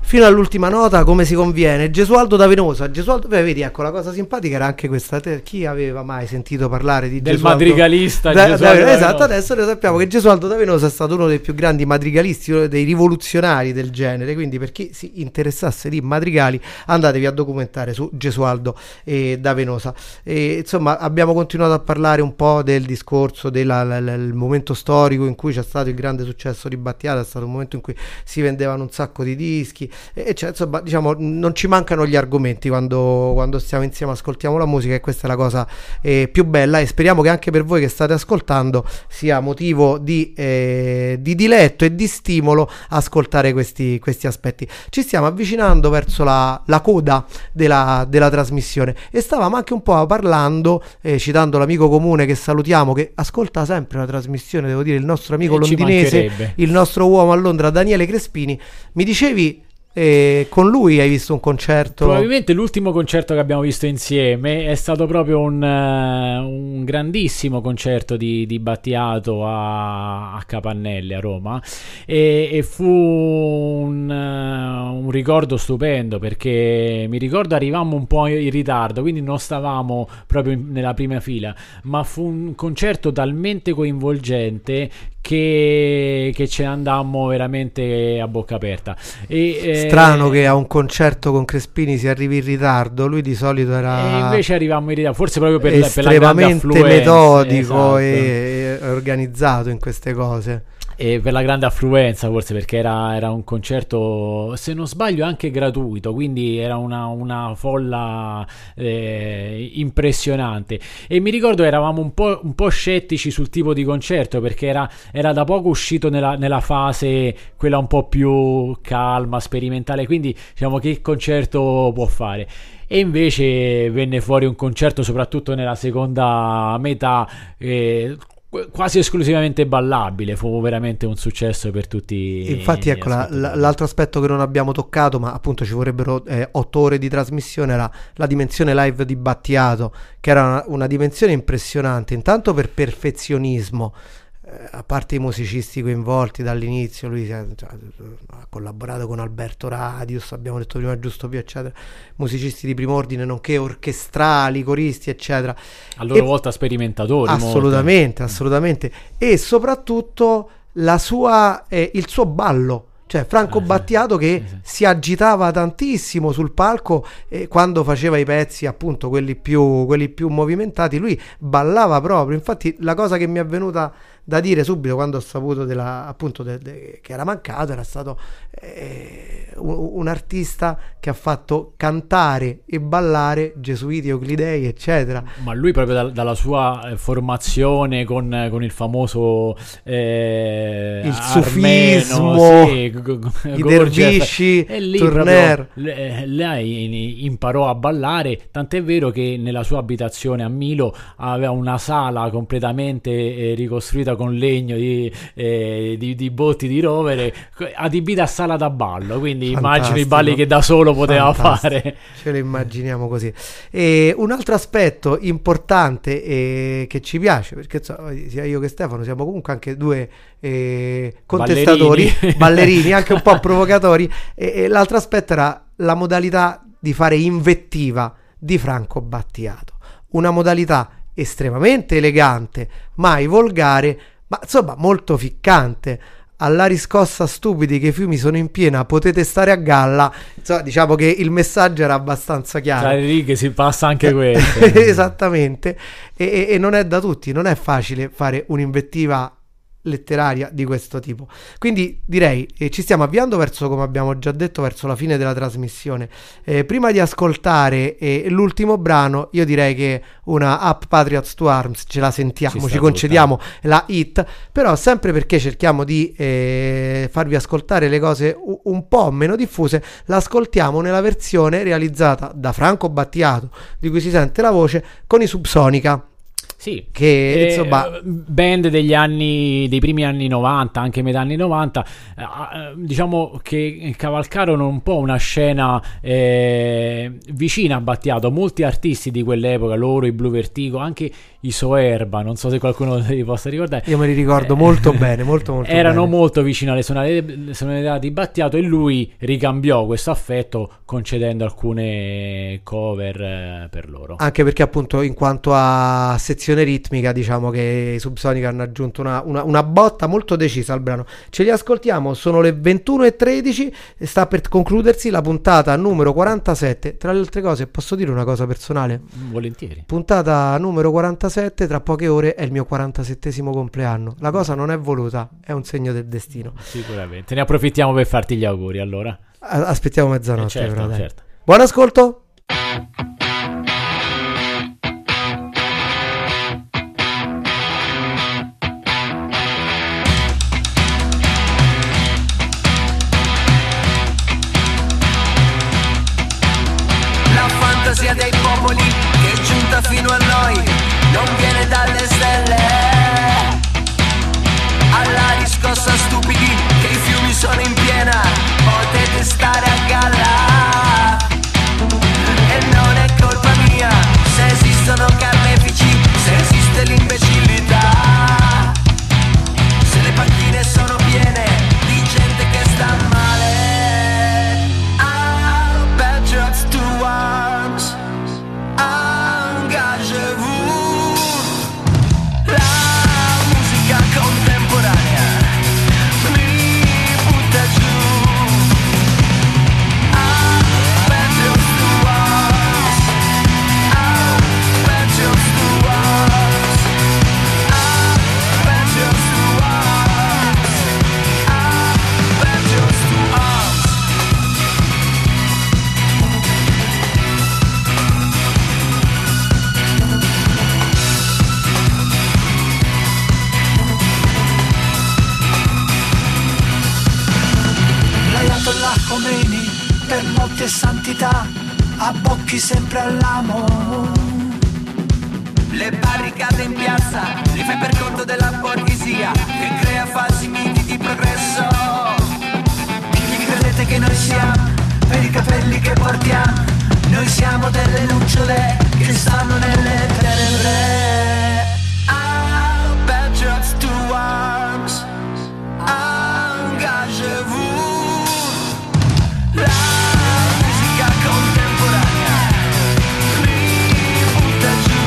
fino all'ultima nota come si conviene. Gesualdo da Venosa, Gesualdo, beh, vedi, ecco, la cosa simpatica era anche questa. Te, chi aveva mai sentito parlare di del Gesualdo madrigalista da, Gesualdo da, da esatto, Venosa. adesso noi sappiamo che Gesualdo da Venosa è stato uno dei più grandi madrigalisti, uno dei rivoluzionari del genere, quindi per chi si interessasse di madrigali andatevi a documentare su Gesualdo eh, da Venosa. E, insomma, abbiamo continuato a parlare un po' del discorso del momento storico in cui c'è stato il grande successo di Battiato, è stato un momento in cui si vendevano un sacco di dischi e cioè, insomma, diciamo, non ci mancano gli argomenti quando, quando stiamo insieme, ascoltiamo la musica, e questa è la cosa eh, più bella, e speriamo che anche per voi che state ascoltando sia motivo di, eh, di diletto e di stimolo ascoltare questi, questi aspetti. Ci stiamo avvicinando verso la, la coda della, della trasmissione e stavamo anche un po' parlando, eh, citando l'amico comune che salutiamo, che ascolta sempre la trasmissione, devo dire, il nostro amico E ci londinese, mancherebbe. il nostro uomo a Londra, Daniele Crespini. Mi dicevi, eh, con lui hai visto un concerto? Probabilmente l'ultimo concerto che abbiamo visto insieme è stato proprio un, uh, un grandissimo concerto di, di Battiato a, a Capannelle, a Roma, e, e fu un, uh, un ricordo stupendo, perché mi ricordo arrivammo un po' in ritardo, quindi non stavamo proprio in, nella prima fila, ma fu un concerto talmente coinvolgente che, che ce ne andammo veramente a bocca aperta. E, eh, strano che a un concerto con Crespini si arrivi in ritardo, lui di solito era e invece arrivammo in ritardo, forse proprio per, per la grande estremamente affluenza, metodico esatto. e organizzato in queste cose. E per la grande affluenza, forse perché era, era un concerto, se non sbaglio, anche gratuito, quindi era una, una folla eh, impressionante. E mi ricordo eravamo un po', un po' scettici sul tipo di concerto, perché era, era da poco uscito nella, nella fase quella un po' più calma, sperimentale, quindi diciamo, che concerto può fare? E invece venne fuori un concerto, soprattutto nella seconda metà, eh, quasi esclusivamente ballabile. Fu veramente un successo per tutti. Infatti, ecco, la, la, l'altro aspetto che non abbiamo toccato, ma appunto ci vorrebbero eh, otto ore di trasmissione, era la dimensione live di Battiato, che era una, una dimensione impressionante, intanto per perfezionismo, eh, a parte i musicisti coinvolti dall'inizio. Lui si è, cioè, ha collaborato con Alberto Radius, abbiamo detto prima, Giusto Pio, eccetera, musicisti di primo ordine, nonché orchestrali, coristi, eccetera, a loro e, volta sperimentatori. assolutamente, molto. assolutamente, e soprattutto la sua, eh, il suo ballo. Cioè Franco eh, Battiato che eh, si agitava tantissimo sul palco, e quando faceva i pezzi, appunto quelli più, quelli più movimentati, lui ballava proprio. Infatti la cosa che mi è venuta da dire subito quando ho saputo della, appunto de, de, che era mancato, era stato eh, un, un artista che ha fatto cantare e ballare Gesuiti, Euclidei, eccetera. Ma lui proprio da, dalla sua formazione con, con il famoso eh, il armeno, sufismo, sì, i dervisci, e lì Turner, proprio, lei imparò a ballare, tant'è vero che nella sua abitazione a Milo aveva una sala completamente eh, ricostruita con legno di, eh, di, di botti di rovere, adibita a sala da ballo, quindi fantastico, immagino i balli che da solo poteva fantastico. fare. Ce lo immaginiamo così. E un altro aspetto importante eh, che ci piace, perché insomma, sia io che Stefano siamo comunque anche due eh, contestatori, ballerini, ballerini anche un po' provocatori, e, e l'altro aspetto era la modalità di fare invettiva di Franco Battiato, una modalità estremamente elegante, mai volgare, ma insomma molto ficcante. Alla riscossa stupidi che i fiumi sono in piena, potete stare a galla. Insomma, diciamo che il messaggio era abbastanza chiaro. Tra le righe si passa anche questo. Esattamente. E, e, e non è da tutti, non è facile fare un'invettiva letteraria di questo tipo. Quindi direi eh, ci stiamo avviando verso, come abbiamo già detto, verso la fine della trasmissione. Eh, prima di ascoltare eh, l'ultimo brano, io direi che una Up Patriots to Arms ce la sentiamo, ci, ci concediamo tutta la hit, però sempre perché cerchiamo di eh, farvi ascoltare le cose u- un po' meno diffuse, l'ascoltiamo nella versione realizzata da Franco Battiato, di cui si sente la voce, con i Subsonica. Sì, che eh, insomma, band degli anni, dei primi anni novanta, anche metà anni novanta, eh, diciamo che cavalcarono un po' una scena eh, vicina a Battiato. Molti artisti di quell'epoca, loro, i Blue Vertigo, anche Isoerba, non so se qualcuno li possa ricordare. Io me li ricordo eh, molto bene, molto molto erano bene. molto vicini alle sonorità di Battiato e lui ricambiò questo affetto concedendo alcune cover eh, per loro. Anche perché appunto in quanto a sezione ritmica diciamo che i Subsonica hanno aggiunto una, una, una botta molto decisa al brano. Ce li ascoltiamo, sono le ventuno e tredici e sta per concludersi la puntata numero quarantasette. Tra le altre cose posso dire una cosa personale? Volentieri. Puntata numero quarantasette, tra poche ore è il mio quarantasettesimo compleanno. La cosa non è voluta, è un segno del destino. Sicuramente. Ne approfittiamo per farti gli auguri allora. A- aspettiamo mezzanotte. Eh certo, però, dai. certo. Buon ascolto. La fantasia dei popoli che è giunta fino a noi non viene dalle stelle. Alla riscossa stupidi che i fiumi sono in piena, potete stare a galla. E non è colpa mia se esistono carnefici, se esiste l'imbecillità, se le panchine sono piene di gente che sta male. Ah, Patriots to arms, engagez-vous. La musica contemporanea mi butta giù. Ah, Patriots to arms, ah, Patriots to arms, ah, Patriots to arms, ah, Patriots to arms. L'Ayatollah Khomeini per molte santità abbocchi sempre all'amo. Le barricate in piazza li fai per conto della borghesia che crea falsi miti di progresso. Chi credete che noi siamo? Per i capelli che portiamo, noi siamo delle lucciole che stanno nelle tenebre. Ah, Patriots to arms, engagez-vous. La musica contemporanea mi butta giù.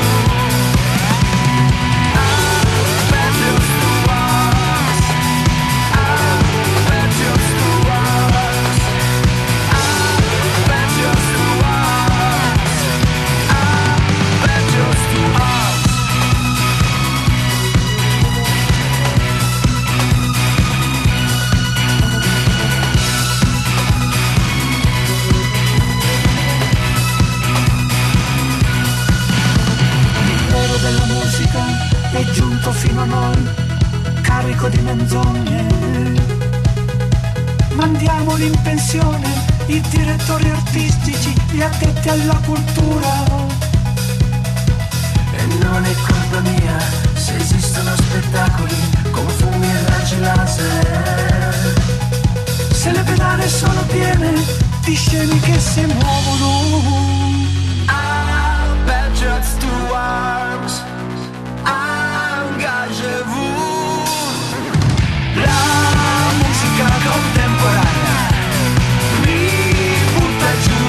Ah, Patriots to arms, ah, Patriots to arms, ah, Patriots to arms, ah, Patriots to arms. L'impero della musica è giunto fino a noi, carico di menzogne. Mandiamoli in pensione, i direttori artistici, gli addetti alla cultura. E non è colpa mia se esistono spettacoli con fumi e raggi laser. Se le pedane sono piene di scemi che si muovono. Ah, Patriots to arms, engagez-vous. La musica contemporanea mi butta giù,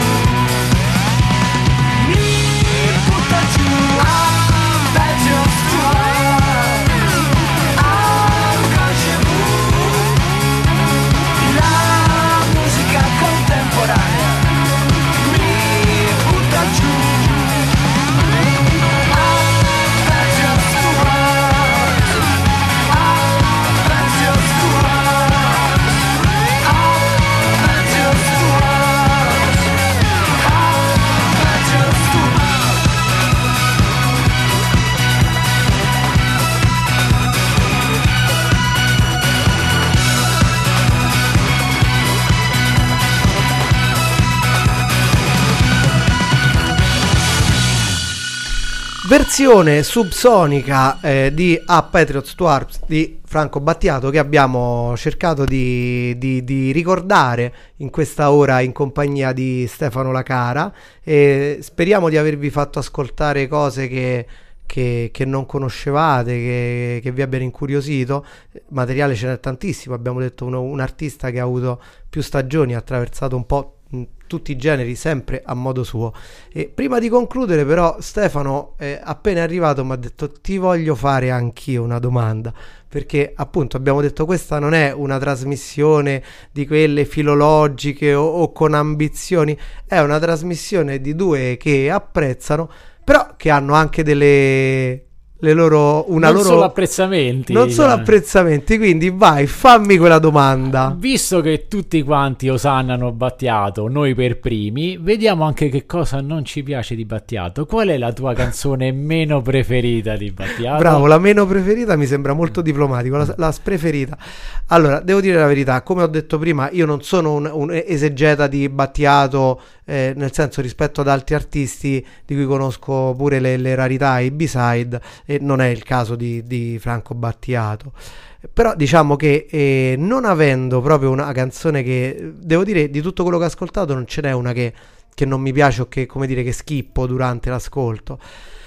mi butta giù. Ah, Patriots to arms, engagez-vous. La musica contemporanea mi butta giù. Versione subsonica eh, di A Patriots to Arms di Franco Battiato, che abbiamo cercato di, di, di ricordare in questa ora in compagnia di Stefano Lacara, e speriamo di avervi fatto ascoltare cose che, che, che non conoscevate, che, che vi abbiano incuriosito. Materiale ce n'è tantissimo, abbiamo detto uno, un artista che ha avuto più stagioni, ha attraversato un po' tutti i generi, sempre a modo suo. E prima di concludere però Stefano eh, appena è arrivato mi ha detto: ti voglio fare anch'io una domanda, perché appunto abbiamo detto questa non è una trasmissione di quelle filologiche o, o con ambizioni, è una trasmissione di due che apprezzano, però che hanno anche delle le loro una non loro solo apprezzamenti non solo cioè. apprezzamenti, quindi vai, fammi quella domanda. Visto che tutti quanti osannano Battiato, noi per primi, vediamo anche che cosa non ci piace di Battiato. Qual è la tua canzone meno preferita di Battiato? Bravo, la meno preferita mi sembra molto diplomatico, la, la spreferita. Allora, devo dire la verità, come ho detto prima, io non sono un, un esegeta di Battiato, eh, nel senso, rispetto ad altri artisti di cui conosco pure le, le rarità, i B-side, e non è il caso di, di Franco Battiato. Però diciamo che eh, non avendo proprio una canzone che, devo dire, di tutto quello che ho ascoltato non ce n'è una che, che non mi piace o che, come dire, che schippo durante l'ascolto.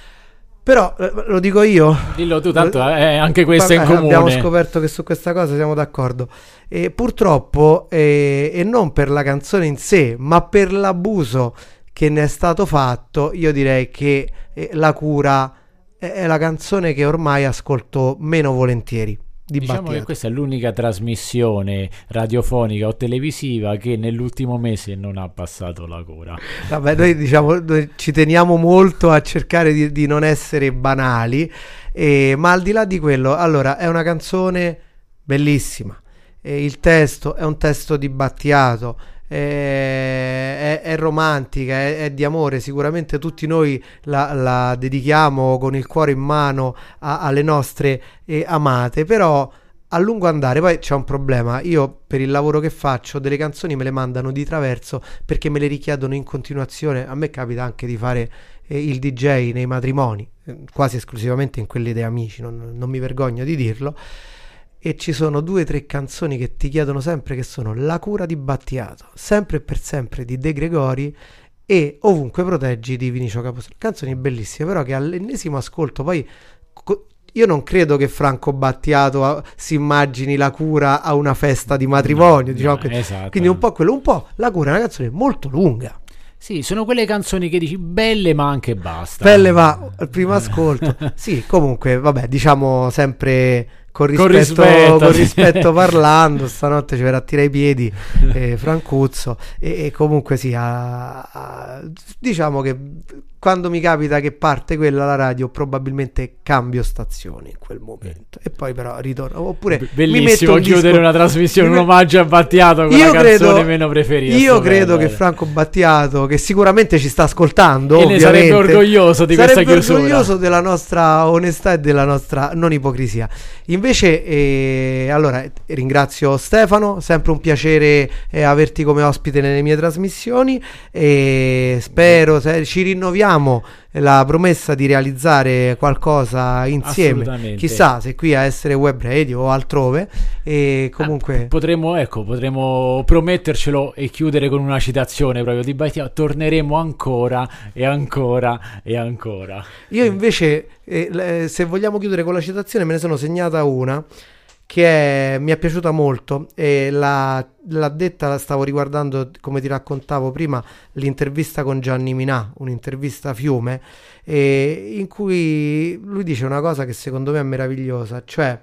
Però eh, lo dico io. Dillo tu, tanto è anche questo in comune. Abbiamo scoperto che su questa cosa siamo d'accordo. E purtroppo, eh, e non per la canzone in sé, ma per l'abuso che ne è stato fatto, io direi che eh, La Cura è la canzone che ormai ascolto meno volentieri di Diciamo Battiato. che questa è l'unica trasmissione radiofonica o televisiva che nell'ultimo mese non ha passato La Cura. Vabbè, noi diciamo noi ci teniamo molto a cercare di, di non essere banali, eh, ma al di là di quello, allora, è una canzone bellissima, eh, il testo è un testo di Battiato, È, è, è romantica, è, è di amore, sicuramente tutti noi la, la dedichiamo con il cuore in mano a, alle nostre eh, amate, però a lungo andare poi c'è un problema. Io, per il lavoro che faccio, delle canzoni me le mandano di traverso perché me le richiedono in continuazione. A me capita anche di fare eh, il D J nei matrimoni, eh, quasi esclusivamente in quelli dei amici, non, non mi vergogno di dirlo. E ci sono due o tre canzoni che ti chiedono sempre, che sono La Cura di Battiato, Sempre e per sempre di De Gregori e Ovunque proteggi di Vinicio Capostretti. Canzoni bellissime, però che all'ennesimo ascolto poi co- io non credo che Franco Battiato a, si immagini La Cura a una festa di matrimonio, no, diciamo no, che, esatto. Quindi un po' quello, un po' La Cura è una canzone molto lunga. Sì, sono quelle canzoni che dici belle ma anche basta. Belle ma al primo ascolto. Sì, comunque vabbè, diciamo sempre con rispetto, con rispetto, con rispetto parlando, stanotte ci verrà a tirare i piedi eh, Francuzzo e, e comunque sì, a, a, diciamo che quando mi capita che parte quella alla radio probabilmente cambio stazione in quel momento e poi però ritorno, oppure bellissimo mi chiudere disco, una trasmissione, mi un omaggio a Battiato con io la credo, canzone meno preferita. Io credo che Franco Battiato, che sicuramente ci sta ascoltando, e ovviamente, ne sarebbe orgoglioso di sarebbe questa chiusura, orgoglioso della nostra onestà e della nostra non ipocrisia. Invece eh, allora ringrazio Stefano, sempre un piacere eh, averti come ospite nelle mie trasmissioni e spero se, ci rinnoviamo la promessa di realizzare qualcosa insieme, chissà se qui a Essere Web Radio o altrove, e comunque ah, potremmo, ecco, potremmo promettercelo e chiudere con una citazione proprio di Battiato: torneremo ancora e ancora e ancora. Io invece eh, se vogliamo chiudere con la citazione, me ne sono segnata una che è, mi è piaciuta molto e la, l'ha detta, la stavo riguardando, come ti raccontavo prima, l'intervista con Gianni Minà, un'intervista Fiume, e in cui lui dice una cosa che secondo me è meravigliosa, cioè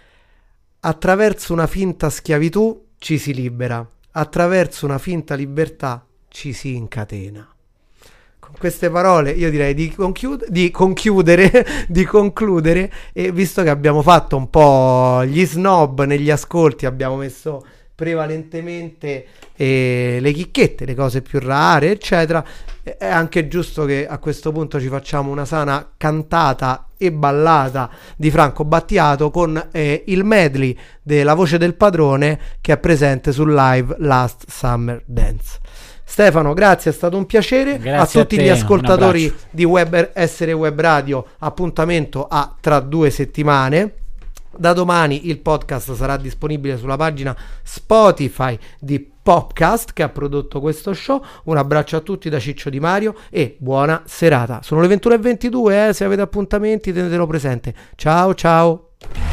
attraverso una finta schiavitù ci si libera, attraverso una finta libertà ci si incatena. Con queste parole io direi di, conchiud- di conchiudere, di concludere, e visto che abbiamo fatto un po' gli snob negli ascolti, abbiamo messo prevalentemente eh, le chicchette, le cose più rare, eccetera, è anche giusto che a questo punto ci facciamo una sana cantata e ballata di Franco Battiato con eh, il medley della Voce del Padrone che è presente sul live Last Summer Dance. Stefano, grazie, è stato un piacere. Grazie a tutti a te, gli ascoltatori un di Web, Essere Web Radio, appuntamento a tra due settimane. Da domani il podcast sarà disponibile sulla pagina Spotify di Popcast che ha prodotto questo show. Un abbraccio a tutti da Ciccio Di Mario e buona serata. Sono le ventuno e ventidue, eh? Se avete appuntamenti tenetelo presente. Ciao ciao.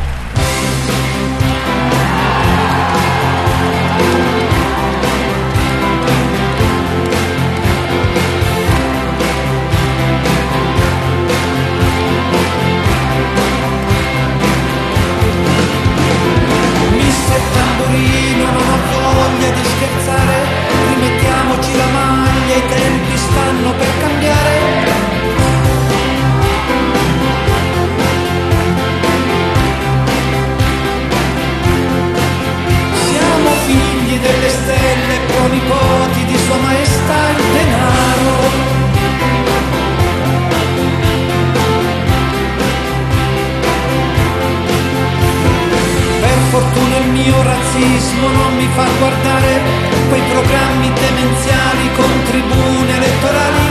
Di scherzare, rimettiamoci la maglia, i tempi stanno per cambiare. Siamo figli delle stelle, pronipoti di Sua Maestà il denaro. Per fortuna il mio razzismo non mi fa guardare quei programmi demenziali con tribune elettorali.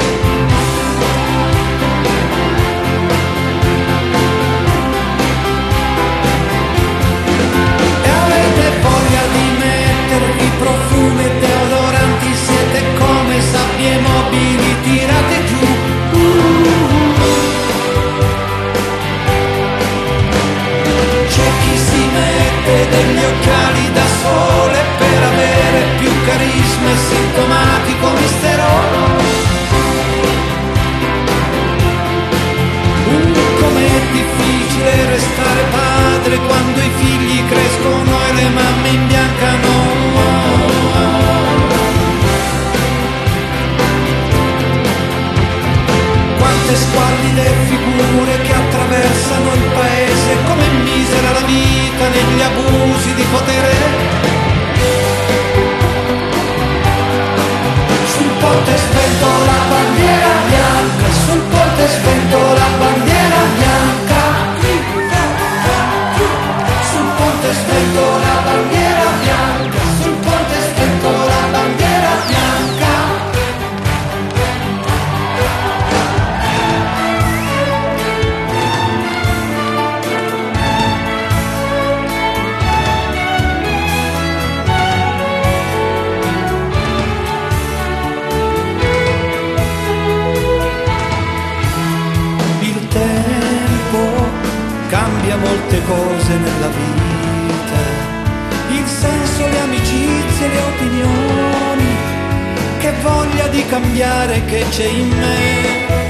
E avete voglia di mettervi profumi e deodoranti, siete come sabbie mobili tirate giù. C'è chi si mette degli occhiali da sole per avere più carisma e sintomatico mistero. Uh, com'è difficile restare padre quando i figli crescono e le mamme imbiancano. Quante squallide figure che attraversano il paese, come misera la vita negli abusi di potere. Sul ponte spento la bandiera bianca, sul ponte spento la bandiera bianca. Sul ponte spento la bandiera bianca, sul ponte spento la bandiera bianca. Cambia molte cose nella vita, il senso, le amicizie, le opinioni, che voglia di cambiare che c'è in me.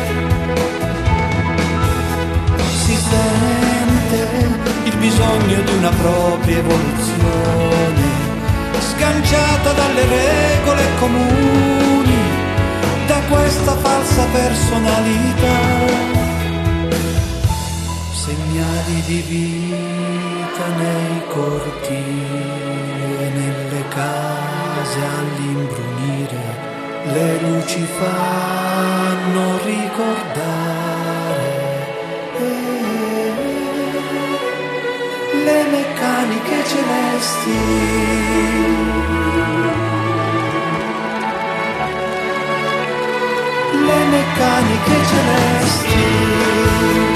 Si sente il bisogno di una propria evoluzione, sganciata dalle regole comuni, da questa falsa personalità. Segnali di vita nei cortili e nelle case all'imbrunire, le luci fanno ricordare eh, le meccaniche celesti. Le meccaniche celesti.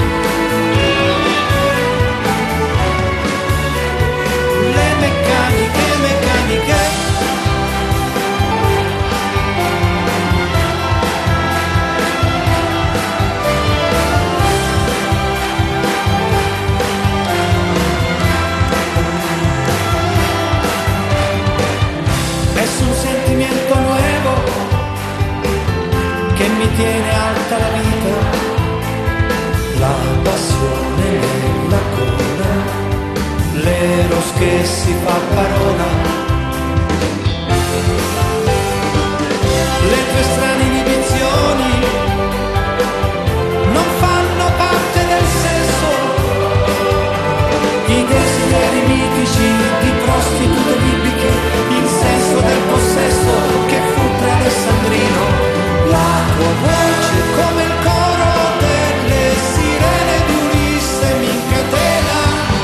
Meccaniche, meccaniche. È un sentimento nuovo che mi tiene alta la vita, la passione nella coda, l'eros che si fa parola, le tue strane inibizioni non fanno parte del sesso, i desideri mitici di prostitute bibliche, il senso del possesso che fu pre-alessandrino, la tua voce come il coro delle sirene di Ulisse mi incatena.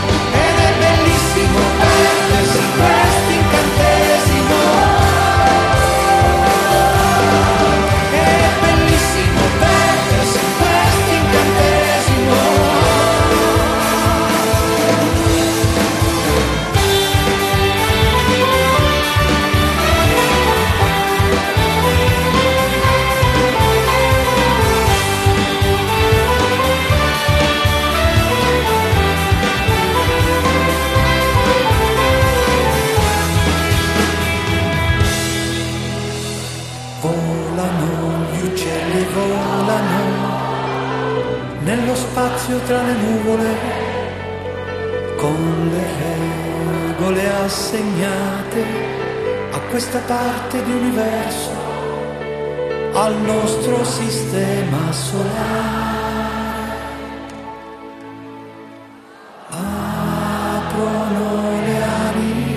Perdersi in questo incantesimo, spazio tra le nuvole, con le regole assegnate a questa parte di universo, al nostro sistema solare. Aprono le ali,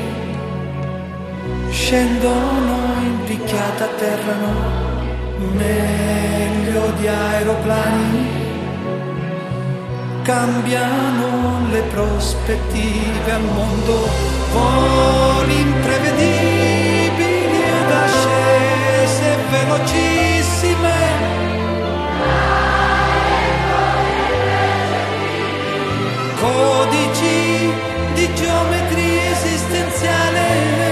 scendono in picchiata, atterrano meglio di aeroplani, cambiano le prospettive al mondo, voli imprevedibili ed ascese velocissime, codici di geometria esistenziale.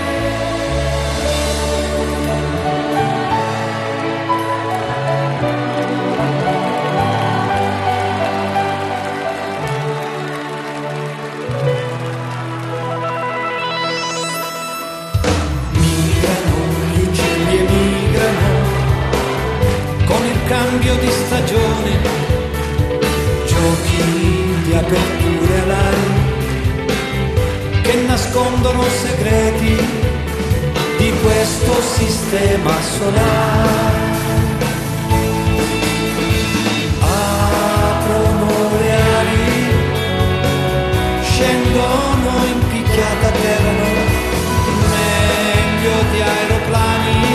Cambio di stagione, giochi di aperture alari che nascondono segreti di questo sistema solare. Aprono le ali, scendono in picchiata, atterrano meglio di aeroplani,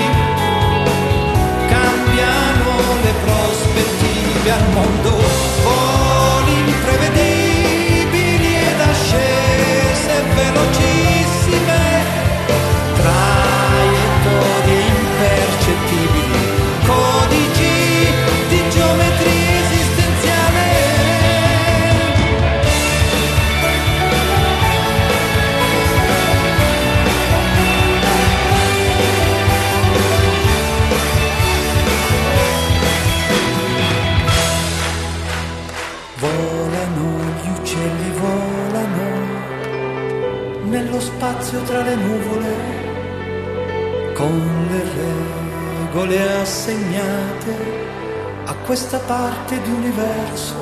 le prospettive al mondo, voli imprevedibili ed ascese velocissime, traiettorie impercettibili, codici di geometria esistenziale. Nello spazio tra le nuvole, con le regole assegnate a questa parte di universo.